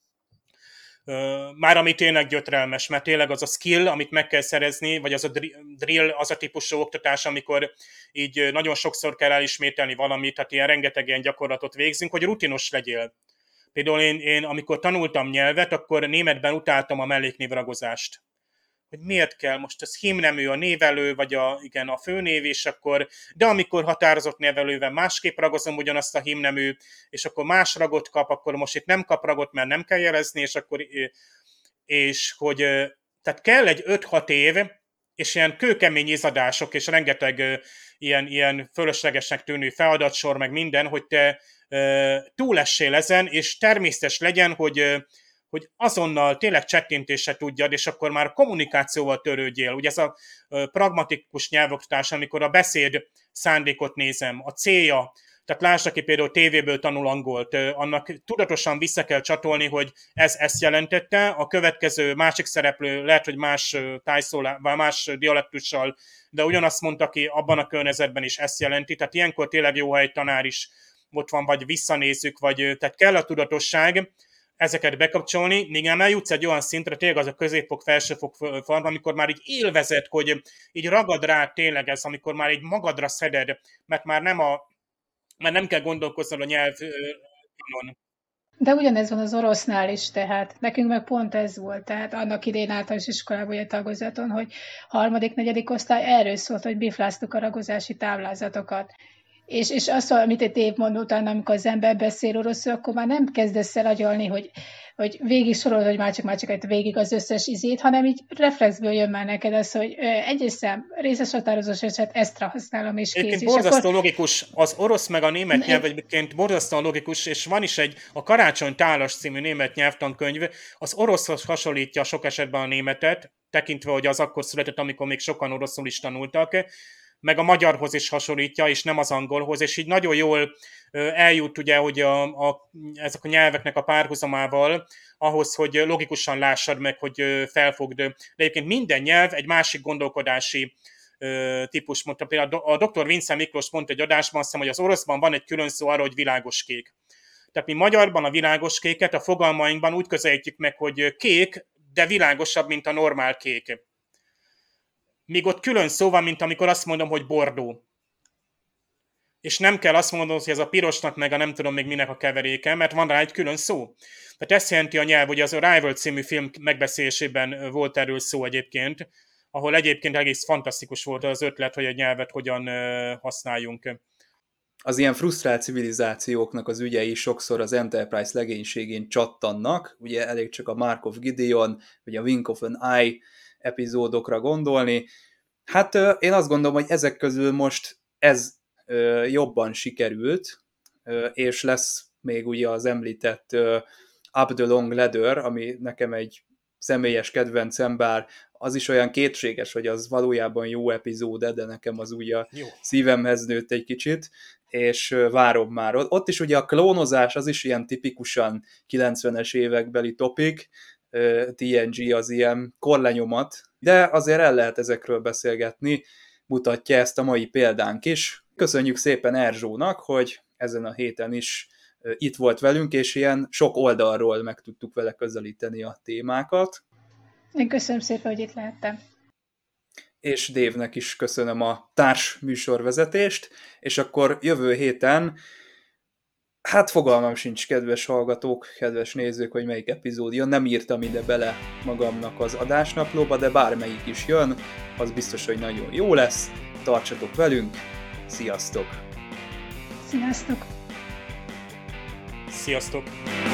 Már ami tényleg gyötrelmes, mert tényleg az a skill, amit meg kell szerezni, vagy az a drill, az a típusú oktatás, amikor így nagyon sokszor kell elismételni valamit, tehát ilyen rengeteg ilyen gyakorlatot végzünk, hogy rutinos legyél. Például én amikor tanultam nyelvet, akkor németben utáltam a melléknévragozást. Hogy miért kell, most ez hímnemű a névelő, vagy a főnév, és akkor, de amikor határozott névelővel másképp ragozom ugyanazt a hímnemű, és akkor más ragot kap, akkor most itt nem kap ragot, mert nem kell jelezni, és hogy tehát kell egy 5-6 év, és ilyen kőkemény izadások, és rengeteg ilyen fölöslegesnek tűnő feladatsor, meg minden, hogy te túlessél ezen, és természetes legyen, hogy azonnal tényleg csettintésre tudjad, és akkor már kommunikációval törődjél. Ugye ez a pragmatikus nyelvoktatás, amikor a beszéd szándékot nézem, a célja, tehát lásd, aki például tévéből tanul angolt, annak tudatosan vissza kell csatolni, hogy ez ezt jelentette, a következő másik szereplő lehet, hogy más tájszólás, vagy más dialektussal, de ugyanazt mondta ki abban a környezetben is ezt jelenti, tehát ilyenkor tényleg jó, ha egy tanár is ott van, vagy visszanézzük, tehát kell a tudatosság, ezeket bekapcsolni, még nem eljutsz egy olyan szintre, tényleg az a középfok, felsőfok van, amikor már így élvezed, hogy így ragad rá tényleg ez, amikor már így magadra szeded, mert már nem kell gondolkoznod a nyelvtanon. De ugyanez van az orosznál is, tehát nekünk meg pont ez volt, tehát annak idén általános iskolában a tagozaton, hogy 3.-4. osztály erről szólt, hogy bifláztuk a ragozási táblázatokat. És azt, amit egy év mond utána, amikor az ember beszél oroszul, akkor már nem kezdesz el agyalni, hogy hogy végig sorolod, hogy már csak végig az összes izét, hanem így reflexből jön már neked az, hogy egyes szám, részes határozós eset, ezt használom, és kész. Egyébként borzasztó logikus, az orosz meg a német nyelv egyébként borzasztóan logikus, és van is a Karácsony Tálas című német nyelvtankönyv, az oroszhoz hasonlítja sok esetben a németet, tekintve, hogy az akkor született, amikor még sokan oroszul is tanultak, meg a magyarhoz is hasonlítja, és nem az angolhoz, és így nagyon jól eljut ugye, hogy ezek a nyelveknek a párhuzamával ahhoz, hogy logikusan lássad meg, hogy felfogd. De egyébként minden nyelv egy másik gondolkodási típus. Mondta például a dr. Vince Miklós mondta egy adásban, azt hiszem, hogy az oroszban van egy külön szó arra, hogy világos kék. Tehát mi magyarban a világos kéket a fogalmainkban úgy közelítjük meg, hogy kék, de világosabb, mint a normál kék. Míg ott külön szó van, mint amikor azt mondom, hogy bordó. És nem kell azt mondom, hogy ez a pirosnak, meg a nem tudom még minek a keveréke, mert van rá egy külön szó. Tehát ezt jelenti a nyelv, hogy az a Rival című film megbeszélésében volt erről szó egyébként, ahol egyébként egész fantasztikus volt az ötlet, hogy egy nyelvet hogyan használjunk. Az ilyen frusztrált civilizációknak az ügyei sokszor az Enterprise legénységén csattannak, ugye elég csak a Mark of Gideon, vagy a Wink of an Eye epizódokra gondolni. Hát én azt gondolom, hogy ezek közül most ez jobban sikerült, és lesz még ugye az említett Up the Long Ladder, ami nekem egy személyes kedvencem, bár az is olyan kétséges, hogy az valójában jó epizód, de nekem az úgy a szívemhez nőtt egy kicsit, és várom már. Ott is ugye a klónozás, az is ilyen tipikusan 90-es évekbeli topik, TNG az ilyen korlenyomat, de azért el lehet ezekről beszélgetni, mutatja ezt a mai példánk is. Köszönjük szépen Erzsónak, hogy ezen a héten is itt volt velünk, és ilyen sok oldalról meg tudtuk vele közelíteni a témákat. Én köszönöm szépen, hogy itt lehettem. És Dévnek is köszönöm a társ műsorvezetést, és akkor jövő héten, hát fogalmam sincs, kedves hallgatók, kedves nézők, hogy melyik epizód jön, nem írtam ide bele magamnak az adásnaplóba, de bármelyik is jön, az biztos, hogy nagyon jó lesz, tartsatok velünk, sziasztok! Sziasztok! Sziasztok!